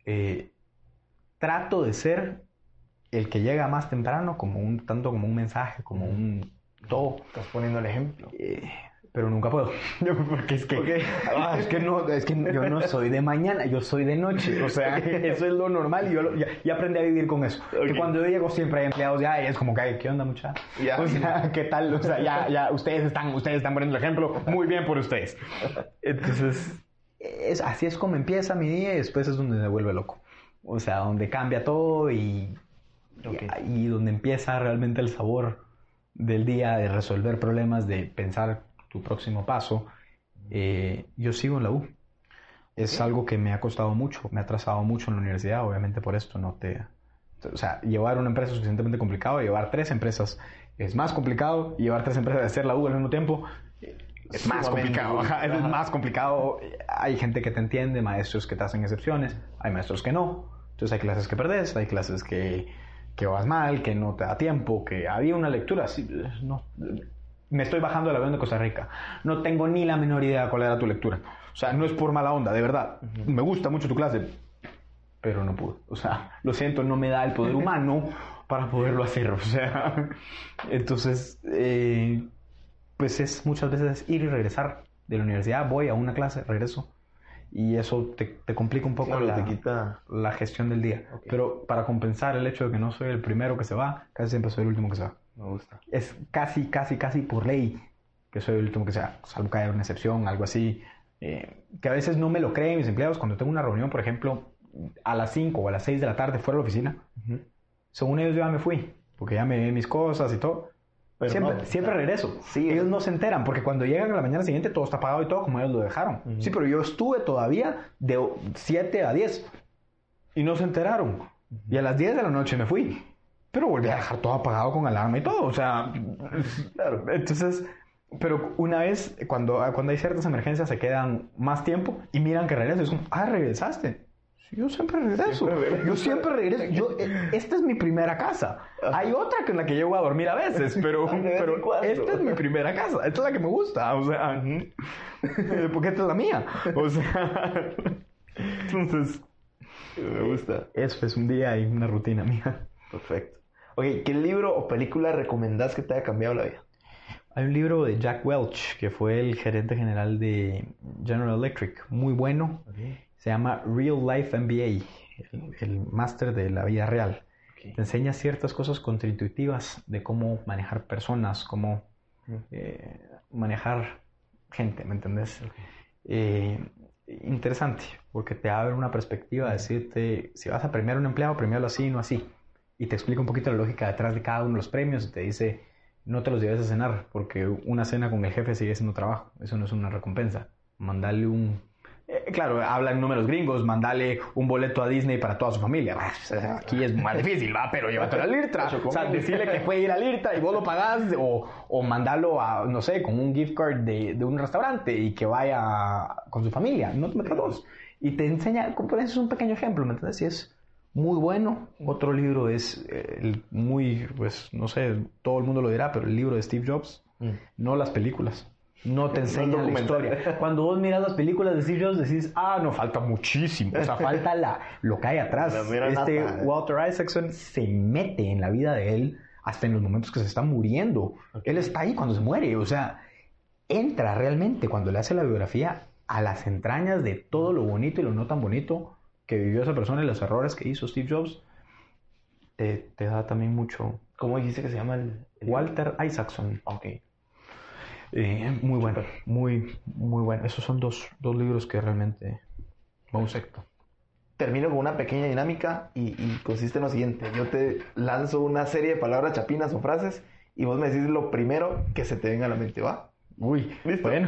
Trato de ser el que llega más temprano, tanto como un mensaje, como un todo. Estás poniendo el ejemplo. Pero nunca puedo. Porque es que, es que yo no soy de mañana, yo soy de noche. O sea, eso es lo normal y yo ya aprendí a vivir con eso. Okay. Que cuando yo llego siempre hay empleados ya y es como que, ¿qué onda, muchacha? Ya. O sea, ¿qué tal? O sea, ya ustedes están poniendo el ejemplo. Muy bien por ustedes. Entonces, así es como empieza mi día y después es donde se vuelve loco. O sea, donde cambia todo y donde empieza realmente el sabor del día, de resolver problemas, de pensar tu próximo paso. Yo sigo en la U. Es algo que me ha costado mucho, me ha atrasado mucho en la universidad, obviamente por esto o sea, llevar una empresa es suficientemente complicado, llevar 3 empresas es más complicado, y llevar 3 empresas de hacer la U al mismo tiempo es más complicado. Es más complicado. Hay gente que te entiende, maestros que te hacen excepciones, hay maestros que no. Entonces hay clases que perdés, hay clases que vas mal, que no te da tiempo, que había una lectura, sí, no. Me estoy bajando del avión de Costa Rica. No tengo ni la menor idea de cuál era tu lectura. O sea, no es por mala onda, de verdad. Me gusta mucho tu clase, pero no pude. O sea, lo siento, no me da el poder humano para poderlo hacer. O sea, entonces, pues es muchas veces ir y regresar de la universidad. Voy a una clase, regreso. Y eso te complica un poco te quita la gestión del día. Okay. Pero para compensar el hecho de que no soy el primero que se va, casi siempre soy el último que se va. Me gusta. Es casi por ley que soy el último que sea, salvo que haya una excepción, algo así, que a veces no me lo creen mis empleados. Cuando tengo una reunión, por ejemplo, a las 5 o a las 6 de la tarde fuera de la oficina, según ellos yo ya me fui, porque ya me vi mis cosas y todo. Pero siempre regreso. Sí, ellos no se enteran, porque cuando llegan a la mañana siguiente todo está apagado y todo como ellos lo dejaron. Sí, pero yo estuve todavía de 7 a 10 y no se enteraron. Y a las 10 de la noche me fui. Pero volví a dejar todo apagado con alarma y todo. O sea, claro. Entonces, pero una vez, cuando hay ciertas emergencias, se quedan más tiempo y miran que regreso. Y es como, regresaste. Sí, yo siempre regreso. Yo siempre regreso. Esta es mi primera casa. Hay otra con la que llego a dormir a veces, pero esta es mi primera casa. Esta es la que me gusta. O sea, porque esta es la mía. O sea, entonces, me gusta. Eso es un día y una rutina mía. Perfecto. Oye, ¿qué libro o película recomendás que te haya cambiado la vida? Hay un libro de Jack Welch, que fue el gerente general de General Electric, muy bueno. Se llama Real Life MBA, el máster de la vida real. Te enseña ciertas cosas contraintuitivas de cómo manejar personas, cómo manejar gente, ¿me entendés? Interesante, porque te abre una perspectiva de decirte, si vas a premiar a un empleado, premiarlo así y no así. Y te explica un poquito la lógica detrás de cada uno de los premios y te dice, no te los lleves a cenar, porque una cena con el jefe sigue siendo trabajo. Eso no es una recompensa. Mandale claro, habla en números gringos, mandale un boleto a Disney para toda su familia. Aquí es más difícil, pero llévatelo al IRTA. O sea, decirle que puede ir al IRTA y vos lo pagás, o mandalo a, no sé, con un gift card de un restaurante y que vaya con su familia. No te metas dos. Y te enseña, por eso es un pequeño ejemplo, ¿me entiendes? Si es muy bueno. Otro libro es muy, pues, no sé, todo el mundo lo dirá, pero el libro de Steve Jobs, no las películas. No te enseña la historia. Cuando vos miras las películas de Steve Jobs decís, no, falta muchísimo. O sea, falta lo que hay atrás. Walter Isaacson se mete en la vida de él hasta en los momentos que se está muriendo. Él está ahí cuando se muere, o sea, entra realmente cuando le hace la biografía a las entrañas de todo lo bonito y lo no tan bonito que vivió esa persona y los errores que hizo Steve Jobs. Te da también mucho... ¿Cómo dijiste que se llama el Walter Isaacson. Ok. Muy bueno, muy bueno. Esos son dos libros que realmente vamos secto. Termino con una pequeña dinámica y consiste en lo siguiente. Yo te lanzo una serie de palabras chapinas o frases y vos me decís lo primero que se te venga a la mente, ¿va? Uy, ¿listo? Bueno.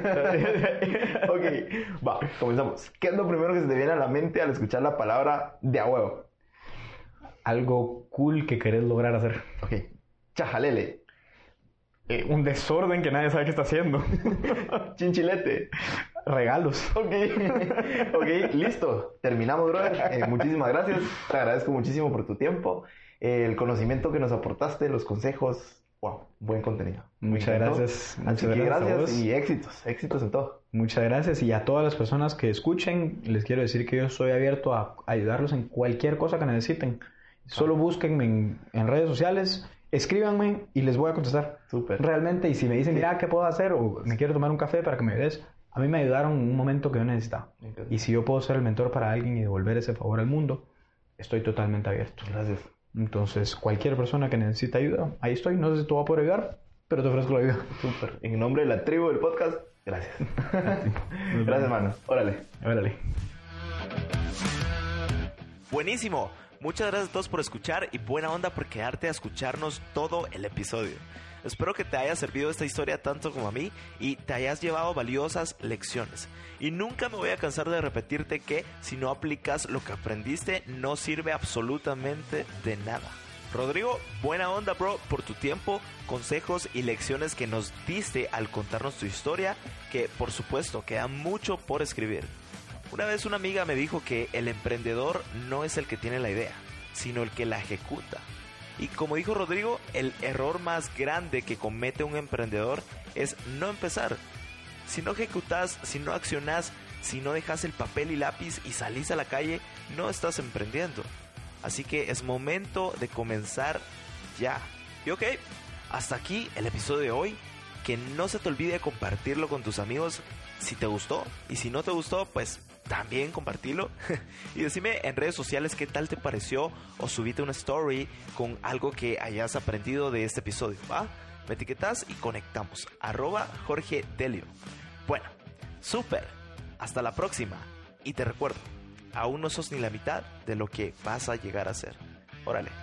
Ok, va, comenzamos. ¿Qué es lo primero que se te viene a la mente al escuchar la palabra de a huevo? Algo cool que querés lograr hacer. Ok. Chajalele. Un desorden que nadie sabe qué está haciendo. Chinchilete. Regalos. Ok, listo. Terminamos, brother. Muchísimas gracias. Te agradezco muchísimo por tu tiempo. El conocimiento que nos aportaste, los consejos. Wow, buen contenido. Muchas gracias. Así que gracias y éxitos en todo. Muchas gracias, y a todas las personas que escuchen, les quiero decir que yo estoy abierto a ayudarlos en cualquier cosa que necesiten. Solo búsquenme en redes sociales, escríbanme y les voy a contestar. Súper. Realmente, y si me dicen, mira, ¿qué puedo hacer? O me quiero tomar un café para que me ayudes. A mí me ayudaron en un momento que yo necesitaba. Y si yo puedo ser el mentor para alguien y devolver ese favor al mundo, estoy totalmente abierto. Gracias. Entonces, cualquier persona que necesite ayuda, ahí estoy. No sé si tú vas a poder ayudar, pero te ofrezco la ayuda. Súper. En nombre de la tribu del podcast, gracias. Gracias, hermano. Órale. Buenísimo. Muchas gracias a todos por escuchar y buena onda por quedarte a escucharnos todo el episodio. Espero que te haya servido esta historia tanto como a mí y te hayas llevado valiosas lecciones. Y nunca me voy a cansar de repetirte que si no aplicas lo que aprendiste no sirve absolutamente de nada. Rodrigo, buena onda, bro, por tu tiempo, consejos y lecciones que nos diste al contarnos tu historia, que por supuesto queda mucho por escribir. Una vez una amiga me dijo que el emprendedor no es el que tiene la idea, sino el que la ejecuta. Y como dijo Rodrigo, el error más grande que comete un emprendedor es no empezar. Si no ejecutas, si no accionas, si no dejas el papel y lápiz y salís a la calle, no estás emprendiendo. Así que es momento de comenzar ya. Y ok, hasta aquí el episodio de hoy. Que no se te olvide compartirlo con tus amigos si te gustó. Y si no te gustó, pues también compartilo. Y decime en redes sociales qué tal te pareció, o subite una story con algo que hayas aprendido de este episodio, ¿va? Me etiquetas y conectamos. @Jorge Delio. Bueno, súper. Hasta la próxima. Y te recuerdo, aún no sos ni la mitad de lo que vas a llegar a ser. Órale.